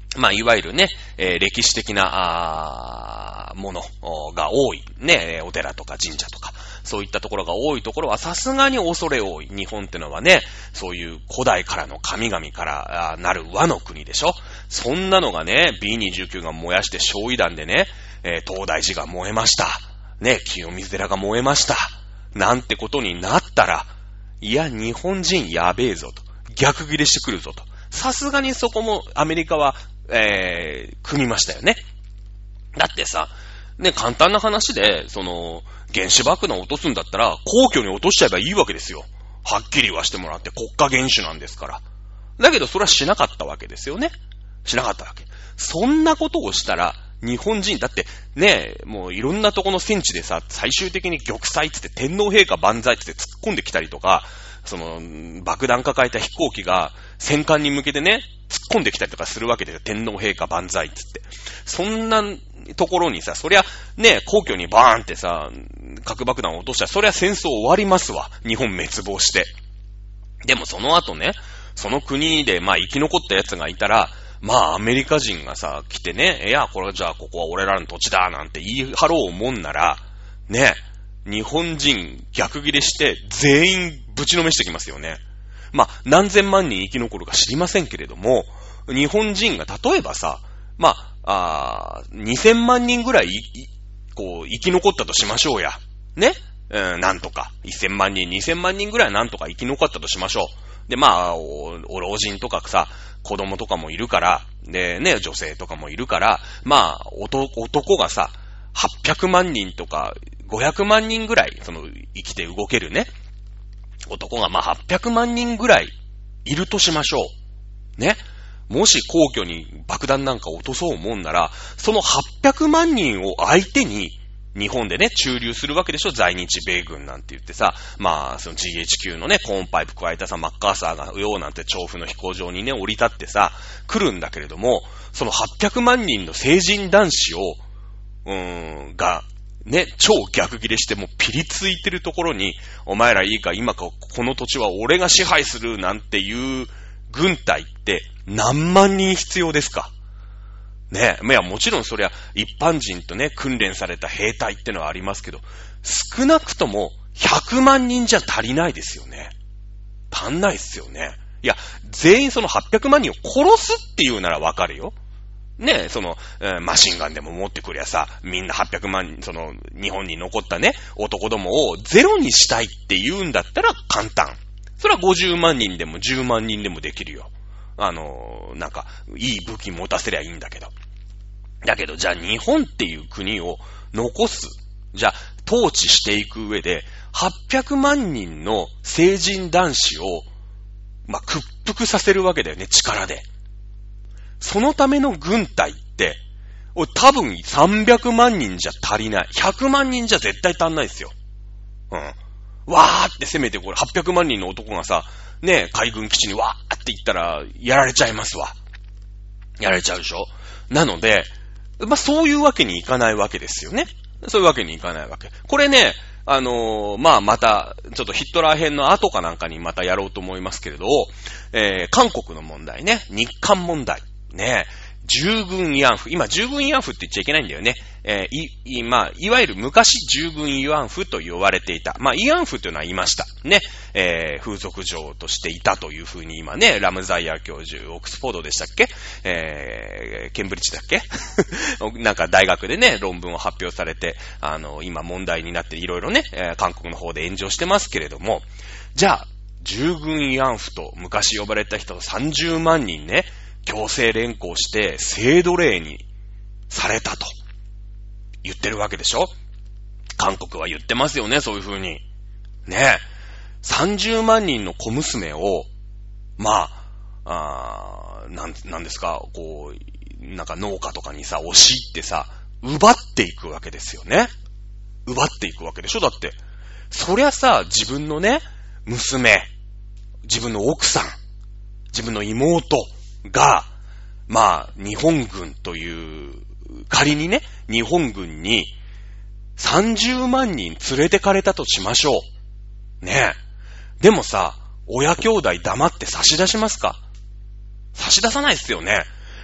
まあ、いわゆるね、えー、歴史的な、あものが多い、ね、お寺とか神社とか、そういったところが多いところはさすがに恐れ多い。日本ってのはね、そういう古代からの神々からなる和の国でしょ。そんなのがね、ビーにじゅうきゅう が燃やして焼夷弾でね、えー、東大寺が燃えました。ね、清水寺が燃えました。なんてことになったら、いや、日本人やべえぞと。逆ギレしてくるぞと。さすがにそこもアメリカは、えー、組みましたよね。だってさ、ね、簡単な話で、その、原子爆弾を落とすんだったら、皇居に落としちゃえばいいわけですよ。はっきり言わしてもらって、国家元首なんですから。だけど、それはしなかったわけですよね。しなかったわけ。そんなことをしたら、日本人、だって、ね、もういろんなとこの戦地でさ、最終的に玉砕つって天皇陛下万歳つって突っ込んできたりとか、その、爆弾抱えた飛行機が戦艦に向けてね、突っ込んできたりとかするわけで、天皇陛下万歳つって。そんなところにさ、そりゃ、ね、皇居にバーンってさ、核爆弾を落としたら、そりゃ戦争終わりますわ。日本滅亡して。でもその後ね、その国で、まあ生き残った奴がいたら、まあアメリカ人がさ、来てね、いや、これじゃあここは俺らの土地だ、なんて言い張ろうもんなら、ね、日本人逆ギレして全員ぶちのめしてきますよね。まあ何千万人生き残るか知りませんけれども、日本人が例えばさ、まあ、あにせんまん人ぐらい、こう生き残ったとしましょうや。ね、うん、なんとか。せんまん人、にせんまん人ぐらいなんとか生き残ったとしましょう。で、まあ、お、お老人とかさ、子供とかもいるから、でね、女性とかもいるから、まあ、男、男がさ、はっぴゃくまん人とか、ごひゃくまん人ぐらい、その、生きて動けるね。男がまあはっぴゃくまん人ぐらいいるとしましょう。ね。もし皇居に爆弾なんか落とそうもんなら、そのはっぴゃくまん人を相手に、日本でね、駐留するわけでしょ、在日米軍なんて言ってさ、まあ、その ジーエイチキュー のね、コーンパイプ加えたさ、マッカーサーがようなんて調布の飛行場にね、降り立ってさ、来るんだけれども、そのはっぴゃくまん人の成人男子を、うーん、が、ね、超逆ギレしてもうピリついてるところに、お前らいいか、今か、この土地は俺が支配するなんていう軍隊って何万人必要ですか？ねえ、いや、もちろんそりゃ一般人とね、訓練された兵隊ってのはありますけど、少なくともひゃくまん人じゃ足りないですよね。足んないっすよね。いや、全員そのはっぴゃくまん人を殺すっていうならわかるよ。ねえ、その、えー、マシンガンでも持ってくりゃさ、みんなはっぴゃくまん人、その、日本に残ったね、男どもをゼロにしたいって言うんだったら簡単。それはごじゅうまん人でもじゅうまん人でもできるよ。あのー、なんか、いい武器持たせりゃいいんだけど。だけど、じゃあ日本っていう国を残す。じゃあ、統治していく上で、はっぴゃくまん人の成人男子を、まあ、屈服させるわけだよね、力で。そのための軍隊って、多分さんびゃくまん人じゃ足りない。ひゃくまん人じゃ絶対足んないですよ。うん。わーって攻めてこれ、はっぴゃくまん人の男がさ、ね、海軍基地にわーって言ったら、やられちゃいますわ。やられちゃうでしょ？なので、まあ、そういうわけにいかないわけですよね。そういうわけにいかないわけ。これね、あのー、まあ、また、ちょっとヒットラー編の後かなんかにまたやろうと思いますけれど、えー、韓国の問題ね、日韓問題、ね、従軍慰安婦。今、従軍慰安婦って言っちゃいけないんだよね。えー、い、い、まあ、いわゆる昔、従軍慰安婦と言われていた。まあ、慰安婦というのはいました。ね。えー、風俗嬢としていたというふうに今ね、ラムザイヤー教授、オックスフォードでしたっけ？えー、ケンブリッジだっけ？なんか大学でね、論文を発表されて、あの、今問題になっていろいろね、えー、韓国の方で炎上してますけれども、じゃあ、従軍慰安婦と昔呼ばれた人さんじゅうまん人ね、強制連行して性奴隷にされたと言ってるわけでしょ？韓国は言ってますよね、そういう風に。ねえ。さんじゅうまん人の小娘を、まあ、あー、なん、なんですか、こう、なんか農家とかにさ、押し入ってさ、奪っていくわけですよね。奪っていくわけでしょ？だって。そりゃさ、自分のね、娘、自分の奥さん、自分の妹が、まあ、日本軍という、仮にね、日本軍にさんじゅうまん人連れてかれたとしましょう。ねえ。でもさ、親兄弟黙って差し出しますか？差し出さないっすよね。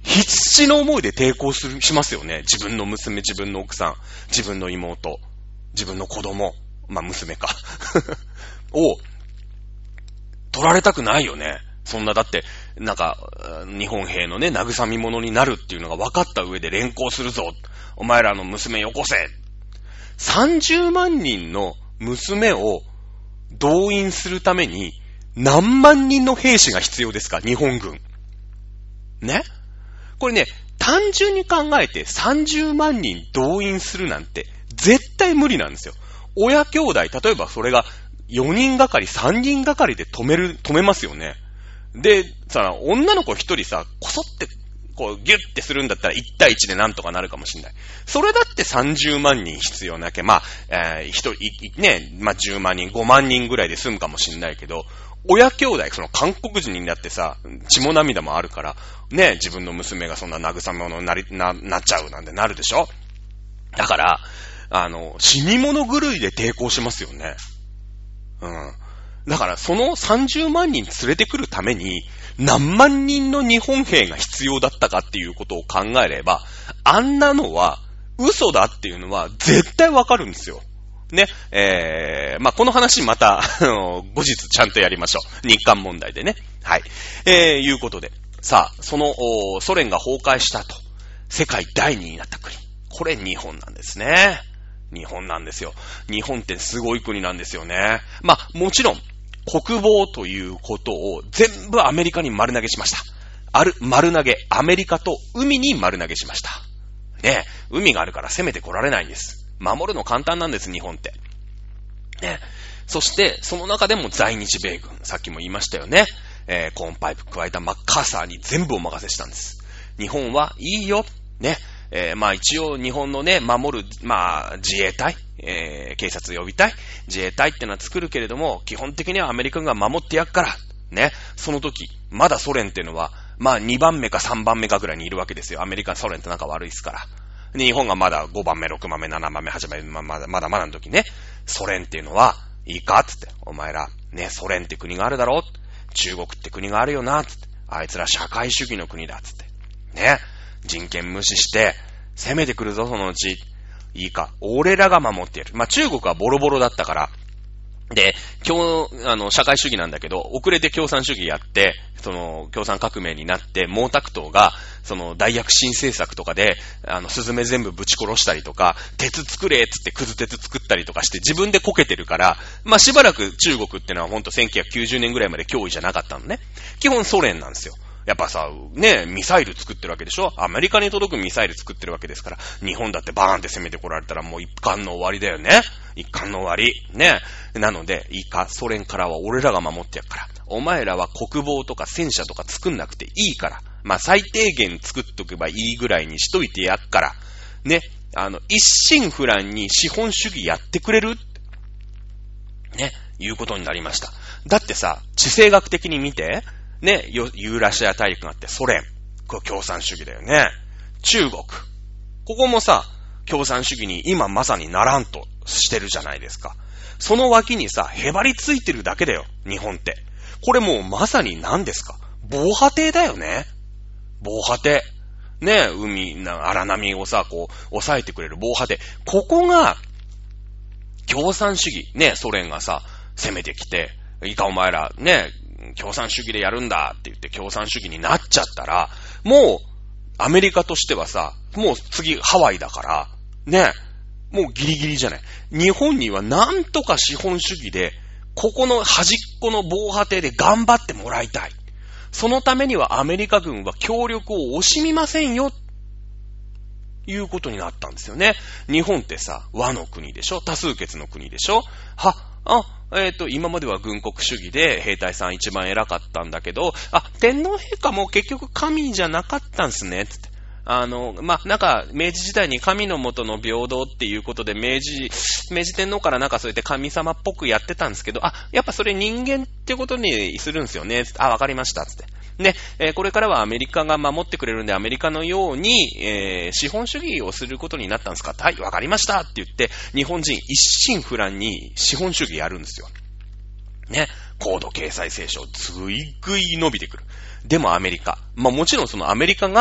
必死の思いで抵抗する、しますよね。自分の娘、自分の奥さん、自分の妹、自分の子供、まあ娘か。を、取られたくないよね。そんな、だって、なんか、日本兵のね、慰み者になるっていうのが分かった上で連行するぞ。お前らの娘よこせ。さんじゅうまんにんの娘を動員するために何万人の兵士が必要ですか？日本軍。ね？これね、単純に考えてさんじゅうまんにん動員するなんて絶対無理なんですよ。親兄弟、例えばそれがよにんがかり、さんにんがかりで止める、止めますよね。で、さ、女の子一人さ、こそって、こう、ギュッてするんだったらいち対いちでなんとかなるかもしれない。それだってさんじゅうまんにん必要なきゃ、まあ、えー、一人、ね、まあ、じゅうまんにん、ごまんにんぐらいで済むかもしれないけど、親兄弟、その韓国人になってさ、血も涙もあるから、ね、自分の娘がそんな慰め物になり、な、なっちゃうなんてなるでしょ？だから、あの、死に物狂いで抵抗しますよね。うん。だから、そのさんじゅうまんにん連れてくるために、何万人の日本兵が必要だったかっていうことを考えれば、あんなのは、嘘だっていうのは絶対わかるんですよ。ね。えー、まあ、この話また、後日ちゃんとやりましょう。日韓問題でね。はい。えー、いうことで。さあ、その、ソ連が崩壊したと、世界だいにいになった国。これ日本なんですね。日本なんですよ。日本ってすごい国なんですよね。まあ、もちろん、国防ということを全部アメリカに丸投げしました。ある、丸投げ、アメリカと海に丸投げしました。ね、海があるから攻めてこられないんです。守るの簡単なんです、日本って。ね、そして、その中でも在日米軍、さっきも言いましたよね。えー、コーンパイプ加えたマッカーサーに全部お任せしたんです。日本はいいよ、ね。えー、まあ一応日本のね、守る、まあ自衛隊、えー、警察予備隊、自衛隊ってのは作るけれども、基本的にはアメリカが守ってやっから、ね。その時、まだソ連っていうのは、まあにばんめかさんばんめかぐらいにいるわけですよ。アメリカ、ソ連って仲悪いですから。で、日本がまだごばんめ、ろくばんめ、ななばんめ、はちばんめ、まだまだまだの時ね、ソ連っていうのは、いいかつって、お前ら、ね、ソ連って国があるだろ？中国って国があるよなつって、あいつら社会主義の国だつって。ね。人権無視して、攻めてくるぞ、そのうち。いいか。俺らが守ってやる。まあ、中国はボロボロだったから。で、今日、あの、社会主義なんだけど、遅れて共産主義やって、その、共産革命になって、毛沢東が、その、大躍進政策とかで、あの、スズメ全部ぶち殺したりとか、鉄作れっつってくず鉄作ったりとかして自分でこけてるから、まあ、しばらく中国ってのはほんとせんきゅうひゃくきゅうじゅうねんぐらいまで脅威じゃなかったのね。基本ソ連なんですよ。やっぱさ、ね、ミサイル作ってるわけでしょ？アメリカに届くミサイル作ってるわけですから、日本だってバーンって攻めてこられたらもう一貫の終わりだよね。一貫の終わり。ね。なので、いいか、ソ連からは俺らが守ってやっから。お前らは国防とか戦車とか作んなくていいから。まあ、最低限作っとけばいいぐらいにしといてやっから。ね。あの、一心不乱に資本主義やってくれる？ね。いうことになりました。だってさ、地政学的に見て、ね、ユーラシア大陸があってソ連。これ共産主義だよね。中国。ここもさ、共産主義に今まさにならんとしてるじゃないですか。その脇にさ、へばりついてるだけだよ、日本って。これもうまさに何ですか？防波堤だよね。防波堤。ね、海、荒波をさ、こう、抑えてくれる防波堤。ここが、共産主義。ね、ソ連がさ、攻めてきて、いいかお前ら、ね、共産主義でやるんだって言って共産主義になっちゃったら、もう、アメリカとしてはさ、もう次ハワイだから、ね、もうギリギリじゃない。日本にはなんとか資本主義で、ここの端っこの防波堤で頑張ってもらいたい。そのためにはアメリカ軍は協力を惜しみませんよ。いうことになったんですよね。日本ってさ、和の国でしょ？多数決の国でしょ？は、あ、えっと、今までは軍国主義で兵隊さん一番偉かったんだけど、あ、天皇陛下も結局神じゃなかったんすね、つって。あの、まあ、なんか、明治時代に神の下の平等っていうことで、明治、明治天皇からなんかそうやって神様っぽくやってたんですけど、あ、やっぱそれ人間ってことにするんですよね、つって。あ、わかりました、つって。ね、えー、これからはアメリカが守ってくれるんで、アメリカのように、えー、資本主義をすることになったんですか？はい、わかりましたって言って、日本人一心不乱に資本主義やるんですよ。ね、高度経済成長、ぐいぐい伸びてくる。でもアメリカ。まあもちろんそのアメリカが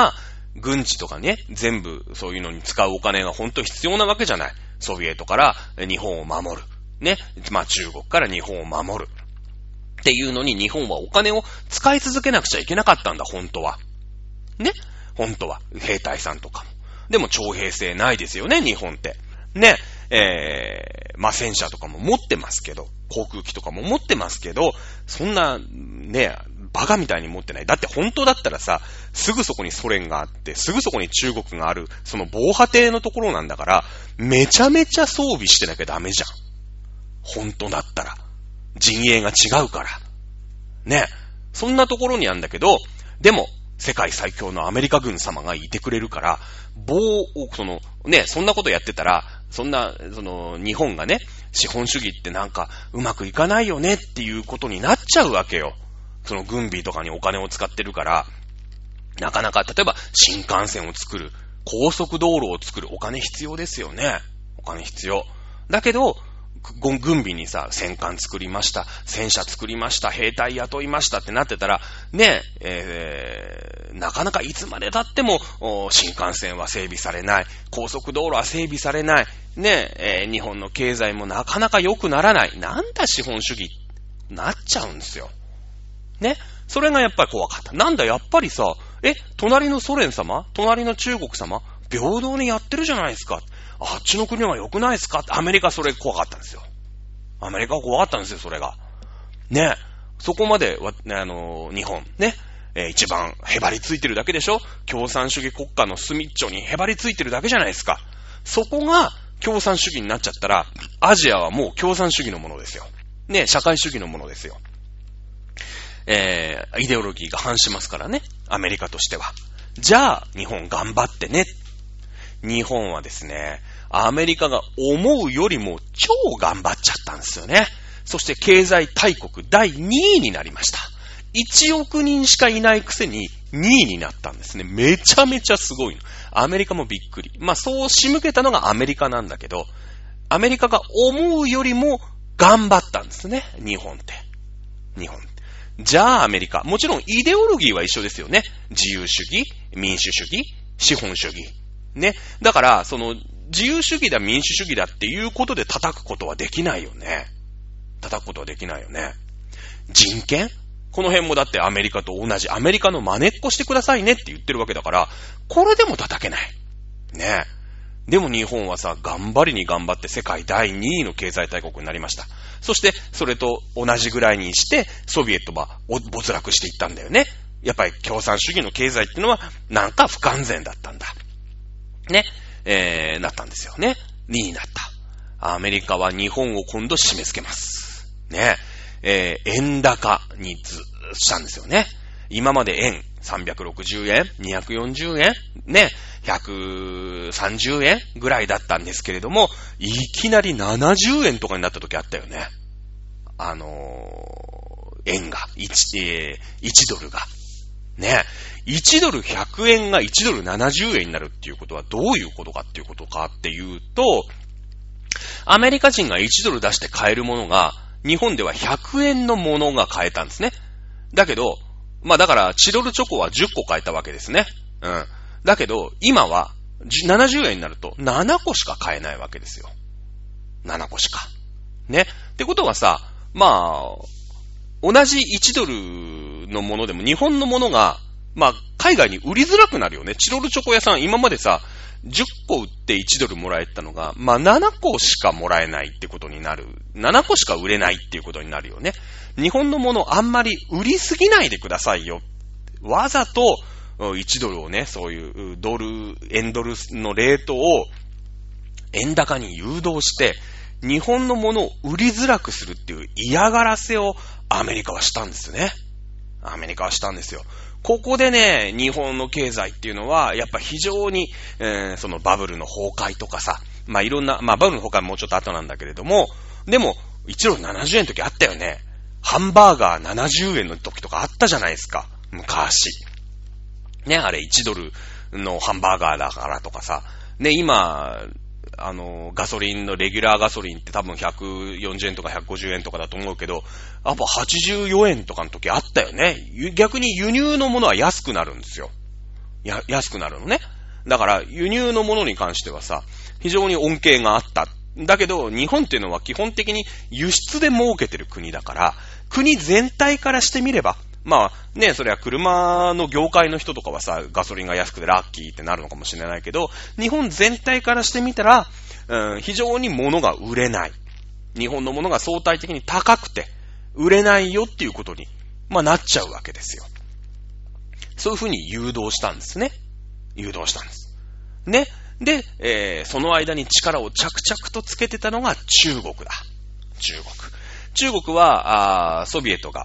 軍事とかね、全部そういうのに使うお金が本当必要なわけじゃない。ソビエトから日本を守る。ね。まあ中国から日本を守る。っていうのに日本はお金を使い続けなくちゃいけなかったんだ、本当は。ね。本当は。兵隊さんとかも。でも徴兵制ないですよね、日本って。ね。えー、まあ戦車とかも持ってますけど、航空機とかも持ってますけど、そんな、ね、バカみたいに持ってない。だって本当だったらさ、すぐそこにソ連があって、すぐそこに中国がある、その防波堤のところなんだから、めちゃめちゃ装備してなきゃダメじゃん。本当だったら。陣営が違うから。ね。そんなところにあるんだけど、でも、世界最強のアメリカ軍様がいてくれるから、棒を、その、ね、そんなことやってたら、そんな、その、日本がね、資本主義ってなんかうまくいかないよねっていうことになっちゃうわけよ。その軍備とかにお金を使ってるから、なかなか、例えば新幹線を作る、高速道路を作る、お金必要ですよね。お金必要。だけど、軍備にさ、戦艦作りました、戦車作りました、兵隊雇いましたってなってたら、ねえ、えー、なかなかいつまで経っても、新幹線は整備されない、高速道路は整備されない、ねえ、えー、日本の経済もなかなか良くならない。なんだ資本主義なっちゃうんですよ。ね。それがやっぱり怖かった。なんだやっぱりさ、え、隣のソ連様、隣の中国様、平等にやってるじゃないですか。あっちの国は良くないですかって、アメリカそれ怖かったんですよ。アメリカは怖かったんですよ、それが。ね。そこまで、ね、あのー、日本、ね。えー、一番へばりついてるだけでしょ。共産主義国家の隅っちょにへばりついてるだけじゃないですか。そこが共産主義になっちゃったら、アジアはもう共産主義のものですよ。ね、社会主義のものですよ。えー、イデオロギーが反しますからね。アメリカとしては。じゃあ、日本頑張ってね。日本はですね、アメリカが思うよりも超頑張っちゃったんですよね。そして経済大国だいにいになりました。いちおく人しかいないくせににいになったんですね。めちゃめちゃすごいの。アメリカもびっくり。まあそう仕向けたのがアメリカなんだけど、アメリカが思うよりも頑張ったんですね。日本って。日本。じゃあアメリカ。もちろんイデオロギーは一緒ですよね。自由主義、民主主義、資本主義。ね。だから、その、自由主義だ、民主主義だっていうことで叩くことはできないよね。叩くことはできないよね。人権？この辺もだってアメリカと同じ、アメリカの真似っこしてくださいねって言ってるわけだから、これでも叩けない。ね。でも日本はさ、頑張りに頑張って世界だいにいの経済大国になりました。そして、それと同じぐらいにして、ソビエトは没落していったんだよね。やっぱり共産主義の経済っていうのは、なんか不完全だったんだ。ね。えー、なったんですよね。にいになった。アメリカは日本を今度締め付けます。ね。えー、円高にずしたんですよね。今まで円さんびゃくろくじゅうえん、にひゃくよんじゅうえん、ね、ひゃくさんじゅうえんぐらいだったんですけれども、いきなりななじゅうえんとかになった時あったよね。あのー、円が、いち、えー、いちドルが。ね。いちドルひゃくえんがいちドルななじゅうえんになるっていうことはどういうことかっていうことかっていうと、アメリカ人がいちドル出して買えるものが、日本ではひゃくえんのものが買えたんですね。だけど、まあだから、チロルチョコはじゅっこ買えたわけですね。うん。だけど、今は、ななじゅうえんになると、ななこしか買えないわけですよ。ななこしか。ね。ってことはさ、まあ、同じいちドルのものでも、日本のものが、まあ、海外に売りづらくなるよね。チロルチョコ屋さん、今までさ、じゅっこ売っていちドルもらえたのが、まあななこしかもらえないってことになる。ななこしか売れないっていうことになるよね。日本のものあんまり売りすぎないでくださいよ。わざといちドルをね、そういうドル、円ドルのレートを円高に誘導して、日本のものを売りづらくするっていう嫌がらせをアメリカはしたんですね。アメリカはしたんですよ。ここでね、日本の経済っていうのは、やっぱ非常に、えー、そのバブルの崩壊とかさ、まあ、いろんな、まあ、バブルの崩壊もうちょっと後なんだけれども、でも、いちドルななじゅうえんの時あったよね。ハンバーガーななじゅうえんの時とかあったじゃないですか。昔。ね、あれいちドルのハンバーガーだからとかさ。ね、今、あの、ガソリンのレギュラーガソリンって多分ひゃくよんじゅうえんとかひゃくごじゅうえんとかだと思うけど、やっぱはちじゅうよえんとかの時あったよね。逆に輸入のものは安くなるんですよ。 や、安くなるのね。だから輸入のものに関してはさ、非常に恩恵があった。だけど日本っていうのは基本的に輸出で儲けてる国だから、国全体からしてみれば、まあね、それは車の業界の人とかはさ、ガソリンが安くてラッキーってなるのかもしれないけど、日本全体からしてみたら、うん、非常に物が売れない。日本のものが相対的に高くて売れないよっていうことに、まあ、なっちゃうわけですよ。そういうふうに誘導したんですね。誘導したんです。ね。で、えー、その間に力を着々とつけてたのが中国だ。中国。中国は、あソビエトが、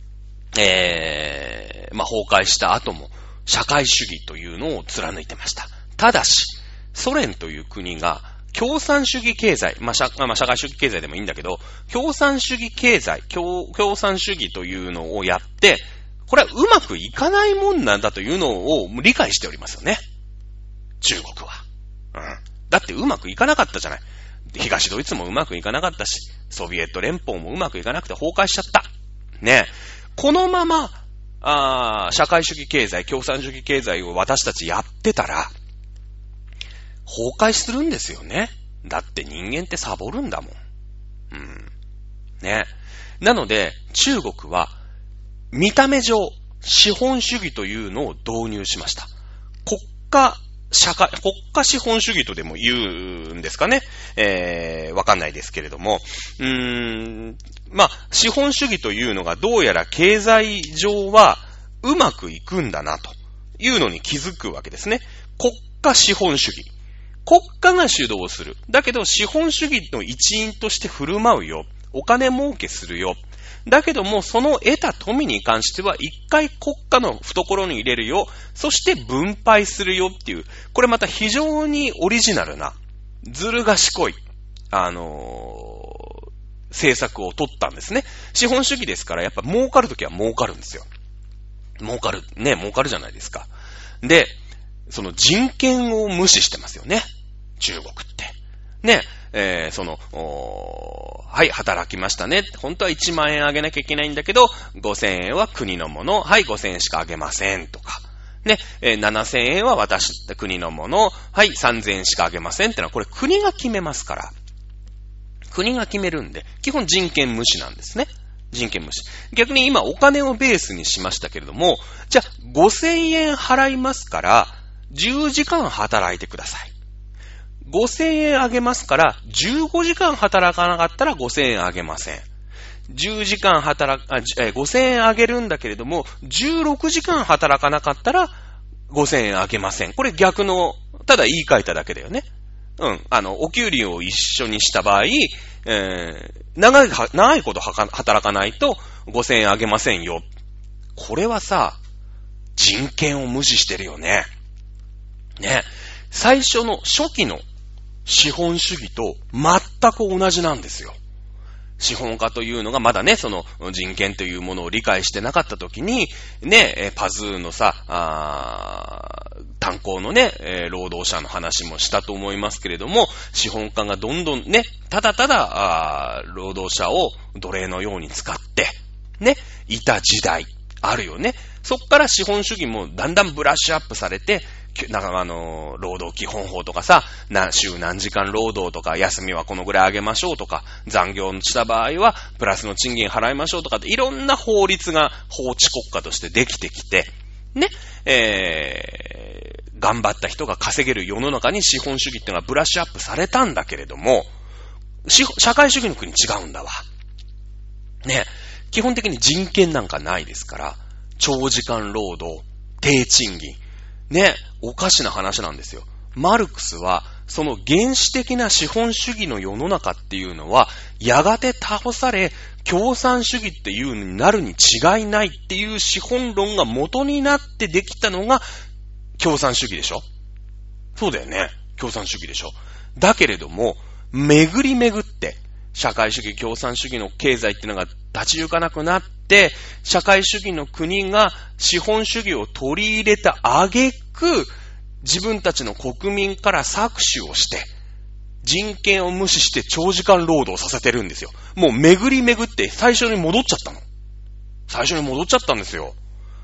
えー、まあ、崩壊した後も社会主義というのを貫いてました。ただし、ソ連という国が共産主義経済、まあ、社、まあ、社会主義経済でもいいんだけど、共産主義経済、共、共産主義というのをやって、これはうまくいかないもんなんだというのを理解しておりますよね。中国は。うん。だってうまくいかなかったじゃない。東ドイツもうまくいかなかったし、ソビエト連邦もうまくいかなくて崩壊しちゃった。ねえ。このまま、あ社会主義経済、共産主義経済を私たちやってたら、崩壊するんですよね。だって人間ってサボるんだもん。うん。ね。なので、中国は、見た目上、資本主義というのを導入しました。国家、社会、国家資本主義とでも言うんですかね。えー、わかんないですけれども。うーん、まあ、資本主義というのがどうやら経済上はうまくいくんだなというのに気づくわけですね。国家資本主義。国家が主導する。だけど資本主義の一員として振る舞うよ。お金儲けするよ。だけどもその得た富に関しては一回国家の懐に入れるよ。そして分配するよっていう。これまた非常にオリジナルな、ずる賢い、あのー、政策を取ったんですね。資本主義ですからやっぱ儲かるときは儲かるんですよ。儲かる。ね、儲かるじゃないですか。で、その人権を無視してますよね。中国って。ね、えー、その、はい、働きましたね。本当はいちまんえんあげなきゃいけないんだけど、ごせんえんは国のもの。はい、ごせんえんしかあげませんとか。ね、えー、ななせんえんは私、国のもの。はい、さんぜんえんしかあげませんってのは、これ国が決めますから。国が決めるんで、基本人権無視なんですね。人権無視。逆に今お金をベースにしましたけれども、じゃあごせんえん払いますから、じゅうじかん働いてください。ごせんえんあげますから、じゅうごじかん働かなかったらごせんえんあげません。じゅうじかん働か、あ、ごせんえんあげるんだけれども、じゅうろくじかん働かなかったらごせんえんあげません。これ逆の、ただ言い換えただけだよね。うん。あの、お給料を一緒にした場合、えー、長い、長いこと働かないとごせんえんあげませんよ。これはさ、人権を無視してるよね。ね。最初の初期の資本主義と全く同じなんですよ。資本家というのがまだね、その人権というものを理解してなかったときに、ね、パズーのさ、あ炭鉱のね、えー、労働者の話もしたと思いますけれども、資本家がどんどんね、ただただ、あ労働者を奴隷のように使って、ね、いた時代、あるよね。そっから資本主義もだんだんブラッシュアップされて、なんかあの、労働基本法とかさ、な週何時間労働とか、休みはこのぐらい上げましょうとか、残業した場合は、プラスの賃金払いましょうとかって、いろんな法律が法治国家としてできてきて、ね、えー、頑張った人が稼げる世の中に資本主義っていうのがブラッシュアップされたんだけれども、社会主義の国違うんだわ。ね、基本的に人権なんかないですから、長時間労働、低賃金、ね、おかしな話なんですよ。マルクスは、その原始的な資本主義の世の中っていうのは、やがて倒され、共産主義っていうのになるに違いないっていう資本論が元になってできたのが、共産主義でしょ？そうだよね。共産主義でしょ。だけれども、巡り巡って、社会主義、共産主義の経済っていうのが立ち行かなくなって、社会主義の国が資本主義を取り入れた挙句、自分たちの国民から搾取をして、人権を無視して長時間労働させてるんですよ。もう巡り巡って最初に戻っちゃったの。最初に戻っちゃったんですよ。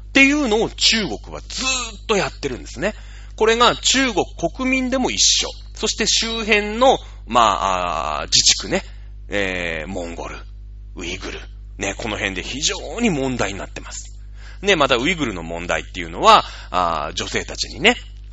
っていうのを中国はずーっとやってるんですね。これが中国国民でも一緒。そして周辺の、まあ、あ自治区ね、えー、モンゴル、ウイグル、ね、この辺で非常に問題になってます。ね、またウイグルの問題っていうのは、あ女性たちにね、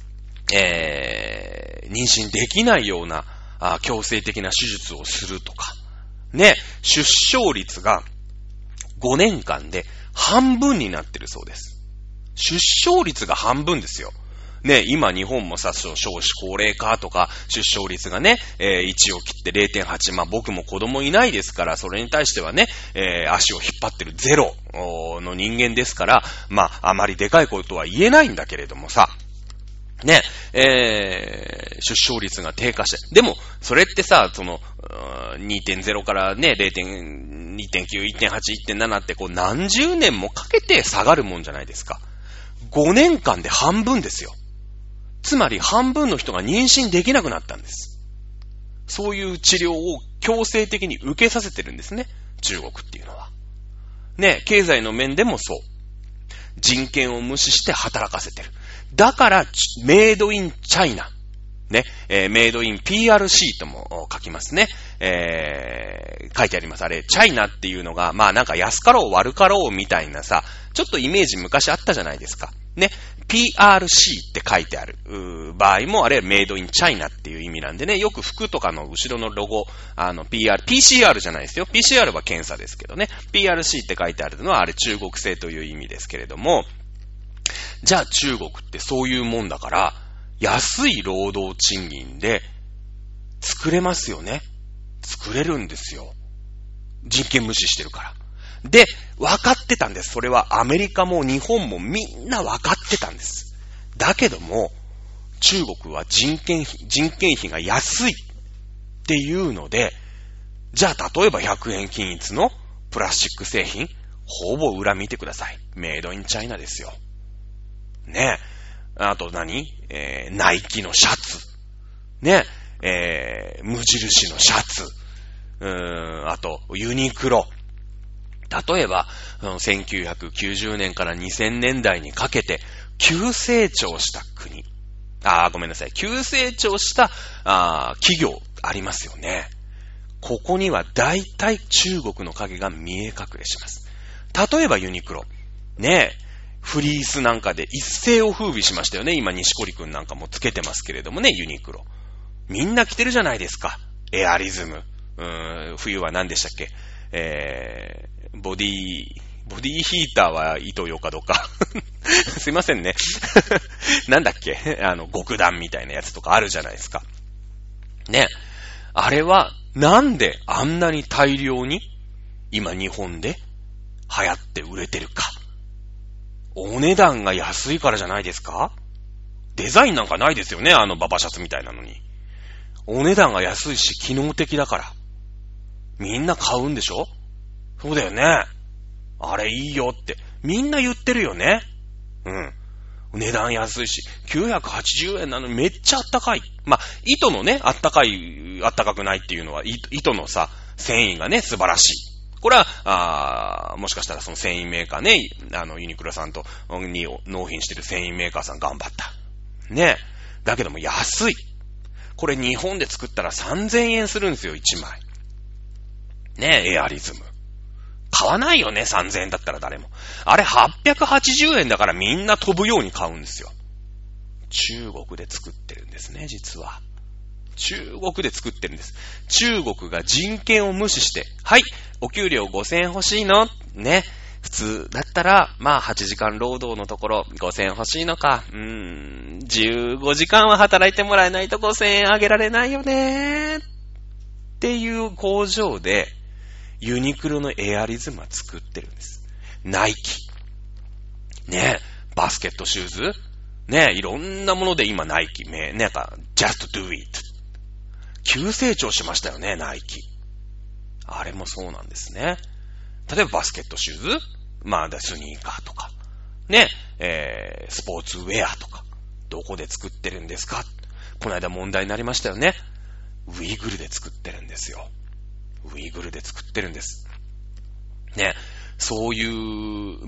えー、妊娠できないようなあ強制的な手術をするとか、ね、出生率がごねんかんで半分になってるそうです。出生率が半分ですよ。ね、今日本もさ、少子高齢化とか、出生率がね、えー、いちを切って れいてんはち。まあ僕も子供いないですから、それに対してはね、えー、足を引っ張ってるゼロの人間ですから、まああまりでかいことは言えないんだけれどもさ、ね、えー、出生率が低下して、でも、それってさ、その、にてんゼロ からね、れいてんにてんきゅう、いってんはち、いってんなな ってこう何十年もかけて下がるもんじゃないですか。ごねんかんで半分ですよ。つまり半分の人が妊娠できなくなったんです。そういう治療を強制的に受けさせてるんですね。中国っていうのは。ね、経済の面でもそう。人権を無視して働かせてる。だから、メイドインチャイナ。ね、えー、メイドイン ピーアールシー とも書きますね。えー、書いてあります。あれ、チャイナっていうのが、まあなんか安かろう悪かろうみたいなさ、ちょっとイメージ昔あったじゃないですか。ね。ピーアールシー って書いてある場合も、あれはメイドインチャイナっていう意味なんでね、よく服とかの後ろのロゴ、あの ピーアール、ピーシーアール じゃないですよ。ピーシーアール は検査ですけどね。ピーアールシー って書いてあるのは、あれ中国製という意味ですけれども、じゃあ中国ってそういうもんだから、安い労働賃金で作れますよね。作れるんですよ。人権無視してるから。で、分かってたんです。それはアメリカも日本もみんな分かってたんです。だけども、中国は人件費、人件費が安いっていうので、じゃあ例えばひゃくえん均一のプラスチック製品、ほぼ裏見てください。メイドインチャイナですよ。ねえ。あと何、えー、ナイキのシャツ。ねえ。えー、無印のシャツ。うーん、あと、ユニクロ。例えば、せんきゅうひゃくきゅうじゅうねんからにせんねんだいにかけて、急成長した国。あー、ごめんなさい。急成長したあ企業ありますよね。ここには大体中国の影が見え隠れします。例えばユニクロ。ねえ。フリースなんかで一世を風靡しましたよね。今、西堀くんなんかもつけてますけれどもね、ユニクロ。みんな着てるじゃないですか。エアリズム。うーん、冬は何でしたっけ？えー、ボディ、ボディヒーターは糸よかどうか。すいませんね。なんだっけ？あの、極暖みたいなやつとかあるじゃないですか。ね。あれは、なんであんなに大量に、今日本で流行って売れてるか。お値段が安いからじゃないですか？デザインなんかないですよね、あのババシャツみたいなのに。お値段が安いし、機能的だから。みんな買うんでしょ？そうだよね。あれいいよって。みんな言ってるよね。うん。値段安いし、きゅうひゃくはちじゅうえんなのにめっちゃあったかい。まあ、糸のね、あったかい、あったかくないっていうのは、糸のさ、繊維がね、素晴らしい。これは、あもしかしたらその繊維メーカーね、あの、ユニクロさんとに納品してる繊維メーカーさん頑張った。ね。だけども安い。これ日本で作ったらさんぜんえんするんですよ、いちまい。ね、エアリズム。買わないよね、さんぜんえんだったら誰も。あれはっぴゃくはちじゅうえんだからみんな飛ぶように買うんですよ。中国で作ってるんですね、実は。中国で作ってるんです。中国が人権を無視して、はい、お給料ごせんえん欲しいのね。普通だったら、まあはちじかん労働のところごせんえん欲しいのか。うーん、じゅうごじかんは働いてもらえないとごせんえんあげられないよね。っていう工場で、ユニクロのエアリズムは作ってるんです。ナイキ。ね、バスケットシューズね、いろんなもので今ナイキ、ね、なんか、just do it。急成長しましたよね、ナイキ。あれもそうなんですね。例えばバスケットシューズ、まあ、スニーカーとか、ね、えー、スポーツウェアとか、どこで作ってるんですか？この間問題になりましたよね。ウイグルで作ってるんですよ。ウイグルで作ってるんです。ね、そういう、まあ、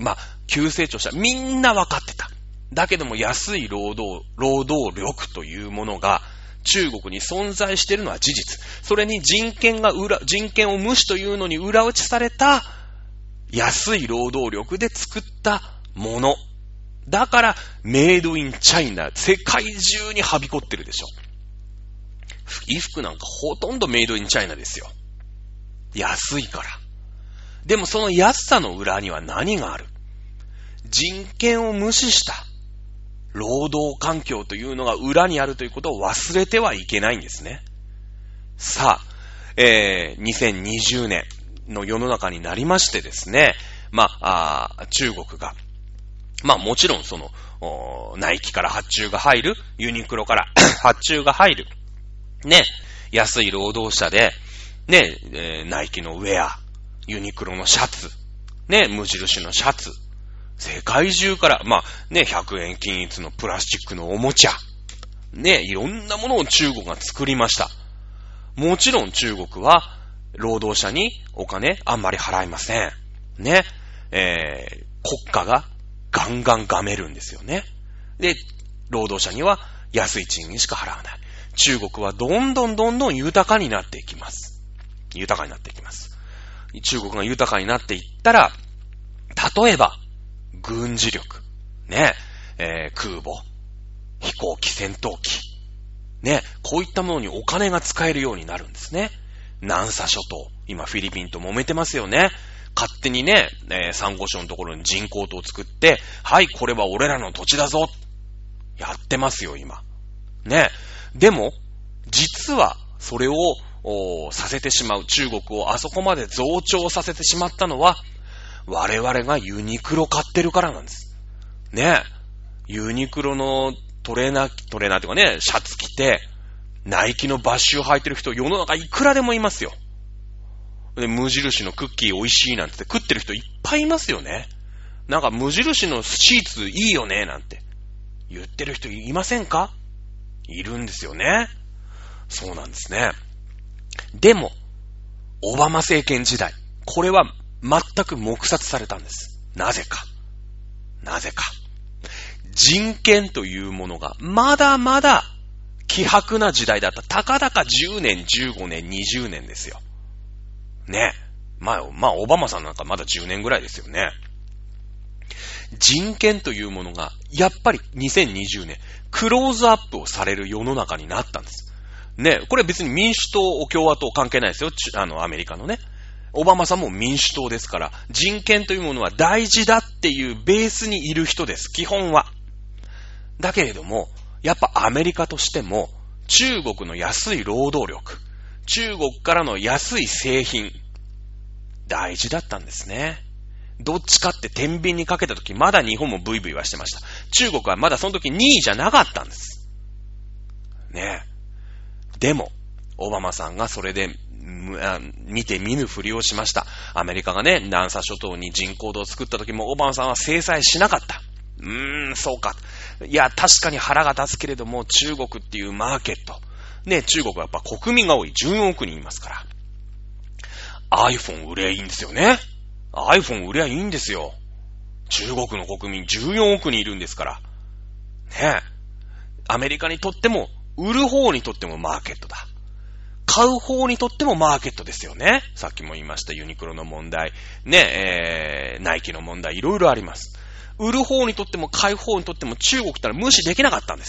急成長した。みんな分かってた。だけども安い労働、労働力というものが中国に存在しているのは事実。それに人権が裏、人権を無視というのに裏打ちされた安い労働力で作ったもの。だからメイドインチャイナ、世界中にはびこってるでしょ。衣服なんかほとんどメイドインチャイナですよ。安いから。でもその安さの裏には何がある？人権を無視した労働環境というのが裏にあるということを忘れてはいけないんですね。さあ、えー、にせんにじゅうねんの世の中になりましてですね、まあ、あ中国が、まあもちろんその、ナイキから発注が入る、ユニクロから発注が入る、ね、安い労働者で、ね、えー、ナイキのウェア、ユニクロのシャツ、ね、無印のシャツ、世界中から、まあね、ひゃくえん均一のプラスチックのおもちゃ、ね、いろんなものを中国が作りました。もちろん中国は、労働者にお金あんまり払いません。ね、えー、国家がガンガンがめるんですよね。で、労働者には安い賃金しか払わない。中国はどんどんどんどん豊かになっていきます。豊かになっていきます。中国が豊かになっていったら、例えば、軍事力、ね、えー、空母、飛行機、戦闘機、ね、こういったものにお金が使えるようになるんですね。南沙諸島、今フィリピンと揉めてますよね。勝手にね、えー、サンゴ礁のところに人工島を作って、はい、これは俺らの土地だぞ。やってますよ、今。ね。でも、実は、それを、させてしまう中国をあそこまで増長させてしまったのは、我々がユニクロ買ってるからなんです。ね。ユニクロのトレーナー、トレーナーというかね、シャツ着て、ナイキのバッシュを履いてる人、世の中いくらでもいますよ。で、無印のクッキー美味しいなんて食ってる人いっぱいいますよね。なんか無印のシーツいいよねなんて言ってる人いませんか？いるんですよね。そうなんですね。でも、オバマ政権時代、これは全く黙殺されたんです。なぜか。なぜか。人権というものがまだまだ希薄な時代だった。たかだかじゅうねん、じゅうごねん、にじゅうねんですよ。ね。まあ、まあ、オバマさんなんかまだじゅうねんぐらいですよね。人権というものが、やっぱりにせんにじゅうねん、クローズアップをされる世の中になったんです。ね。これ別に民主党、共和党関係ないですよ。あの、アメリカのね。オバマさんも民主党ですから、人権というものは大事だっていうベースにいる人です。基本は。だけれども、やっぱアメリカとしても、中国の安い労働力、中国からの安い製品、大事だったんですね。どっちかって天秤にかけたとき、まだ日本もブイブイはしてました。中国はまだその時にいじゃなかったんです。ねえ。でも、オバマさんがそれで、見て見ぬふりをしました。アメリカがね、南沙諸島に人工島を作った時もオバマさんは制裁しなかった。うーん、そうか。いや、確かに腹が立つけれども、中国っていうマーケット。ね、中国はやっぱ国民が多い。じゅうよんおく人いますから。iPhone 売ればいいんですよね。iPhone 売ればいいんですよ。中国の国民じゅうよんおく人いるんですから。ね。アメリカにとっても、売る方にとってもマーケットだ。買う方にとってもマーケットですよね。さっきも言いましたユニクロの問題、ね、えー、ナイキの問題、いろいろあります。売る方にとっても買う方にとっても中国ってのは無視できなかったんです。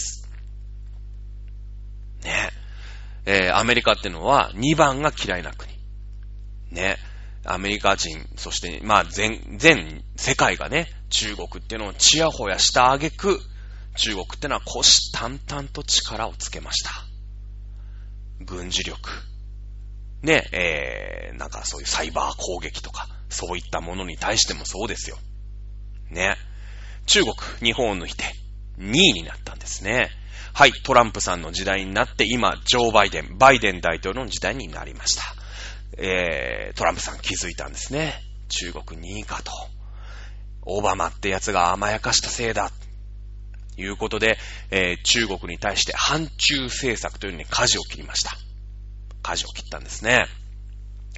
ね、えー、アメリカってのはにばんが嫌いな国。ね、アメリカ人、そしてまあ全全世界がね、中国っていうのをちやほやした挙句、中国ってのは虎視眈々と力をつけました。軍事力。ね、えー、なんかそういうサイバー攻撃とか、そういったものに対してもそうですよ。ね。中国、日本を抜いてにいになったんですね。はい、トランプさんの時代になって、今、ジョー・バイデン、バイデン大統領の時代になりました。えー、トランプさん気づいたんですね。中国にいかと。オバマってやつが甘やかしたせいだ。いうことで、えー、中国に対して反中政策というのに舵を切りました。舵を切ったんですね。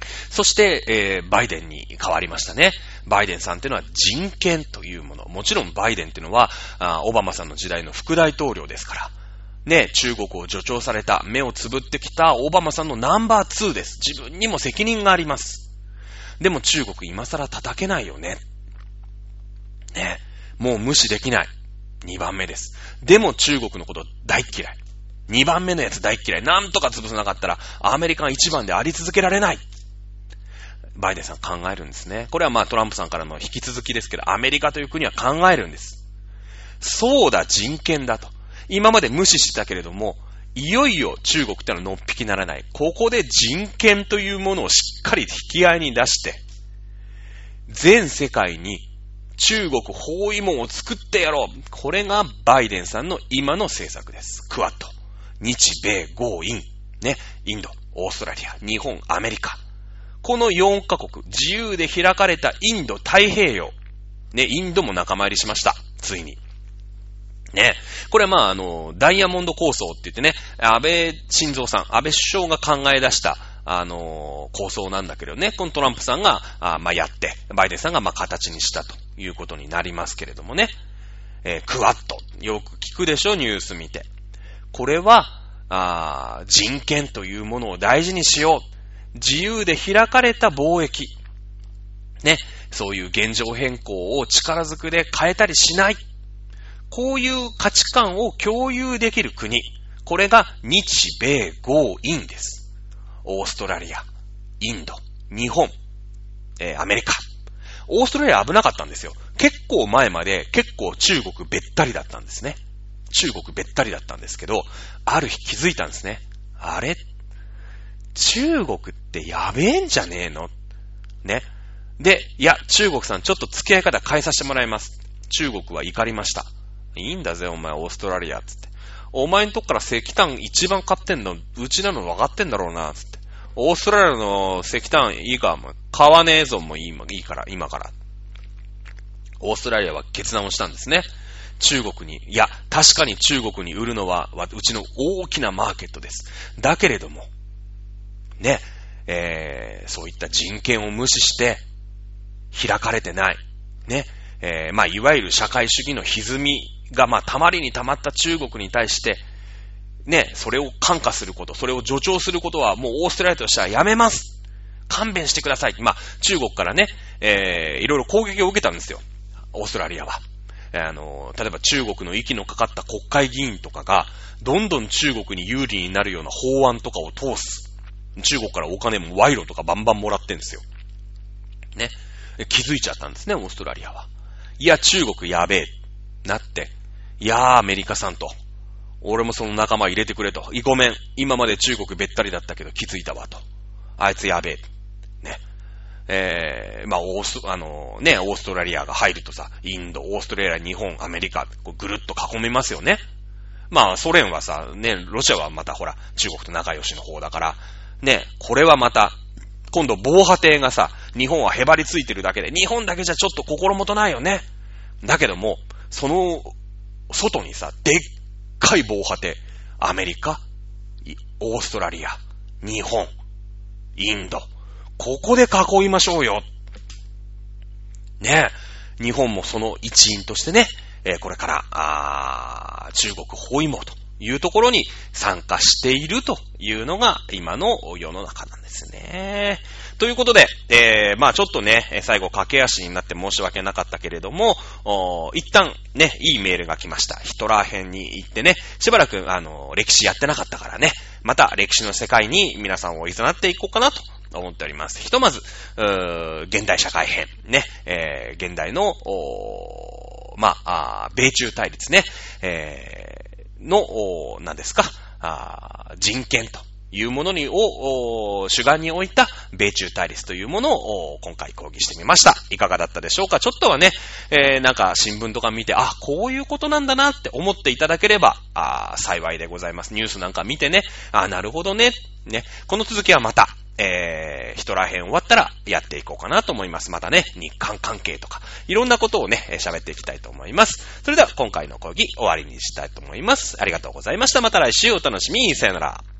そして、えー、バイデンに変わりましたね。バイデンさんっていうのは人権というもの。もちろんバイデンっていうのは、あオバマさんの時代の副大統領ですから。ね、中国を助長された、目をつぶってきたオバマさんのナンバーツーです。自分にも責任があります。でも中国今更叩けないよね。ね、もう無視できない。にばんめです。でも中国のこと大嫌い。にばんめのやつ大嫌い。なんとか潰さなかったらアメリカがいちばんであり続けられない。バイデンさん考えるんですね。これはまあトランプさんからの引き続きですけど、アメリカという国は考えるんです。そうだ、人権だと。今まで無視してたけれども、いよいよ中国ってのはのっぴきならない。ここで人権というものをしっかり引き合いに出して、全世界に中国包囲網を作ってやろう。これがバイデンさんの今の政策です。クワッド。日米豪印。ね。インド、オーストラリア、日本、アメリカ。このよんカ国、自由で開かれたインド太平洋。ね、インドも仲間入りしました。ついに。ね。これはまあ、あの、ダイヤモンド構想って言ってね、安倍晋三さん、安倍首相が考え出した、あの、構想なんだけどね、このトランプさんが、あまあ、やって、バイデンさんがまあ、形にしたということになりますけれどもね。えー、クワッド。よく聞くでしょ、ニュース見て。これは、あ人権というものを大事にしよう。自由で開かれた貿易。ね。そういう現状変更を力ずくで変えたりしない。こういう価値観を共有できる国。これが日米豪印です。オーストラリア、インド、日本、えー、アメリカ。オーストラリア危なかったんですよ。結構前まで結構中国べったりだったんですね。中国べったりだったんですけど、ある日気づいたんですね。あれ？中国ってやべえんじゃねえの？ね。で、いや、中国さんちょっと付き合い方変えさせてもらいます。中国は怒りました。いいんだぜ、お前、オーストラリア、つって。お前んとこから石炭一番買ってんの、うちなの分かってんだろうな、つって。オーストラリアの石炭いいか、買わねえぞもいい、いいから、今から。オーストラリアは決断をしたんですね。中国に、いや、確かに中国に売るのは、うちの大きなマーケットです。だけれども、ね、えー、そういった人権を無視して、開かれてない。ね、えー、まあ、いわゆる社会主義の歪みが、まあ、たまりにたまった中国に対して、ね、それを感化すること、それを助長することは、もうオーストラリアとしてはやめます。勘弁してください。まあ、中国からね、えー、いろいろ攻撃を受けたんですよ。オーストラリアは。あの、例えば中国の息のかかった国会議員とかが、どんどん中国に有利になるような法案とかを通す。中国からお金も賄賂とかバンバンもらってんですよ。ね。気づいちゃったんですね、オーストラリアは。いや、中国やべえ。なって。いやー、アメリカさんと。俺もその仲間入れてくれと。ごめん。今まで中国べったりだったけど気づいたわと。あいつやべえ。ね。えー、まあ、オース、あのー、ね、オーストラリアが入るとさ、インド、オーストラリア、日本、アメリカ、こうぐるっと囲みますよね。まあ、ソ連はさ、ね、ロシアはまたほら、中国と仲良しの方だから、ね、これはまた、今度防波堤がさ、日本はへばりついてるだけで、日本だけじゃちょっと心もとないよね。だけども、その、外にさ、でっかい防波堤、アメリカ、オーストラリア、日本、インド、ここで囲いましょうよ。ねえ、日本もその一員としてね、えー、これから、あー、中国包囲網というところに参加しているというのが今の世の中なんですね。ということで、えー、まあちょっとね、最後駆け足になって申し訳なかったけれども、一旦ね、いいメールが来ました。ヒトラー編に行ってね、しばらくあの、歴史やってなかったからね、また歴史の世界に皆さんを誘っていこうかなと思っております。ひとまず、うー現代社会編、ね、えー、現代の、まあ、あ米中対立ね、えー、の、何ですか、あ人権というものにを主眼に置いた米中対立というものを今回講義してみました。いかがだったでしょうか。ちょっとはね、えー、なんか新聞とか見て、あ、こういうことなんだなって思っていただければあ幸いでございます。ニュースなんか見てね、あ、なるほどね、ね、この続きはまたえー、ヒトラー編終わったらやっていこうかなと思います。またね、日韓関係とか、いろんなことをね、喋っていきたいと思います。それでは今回の講義終わりにしたいと思います。ありがとうございました。また来週お楽しみに。さよなら。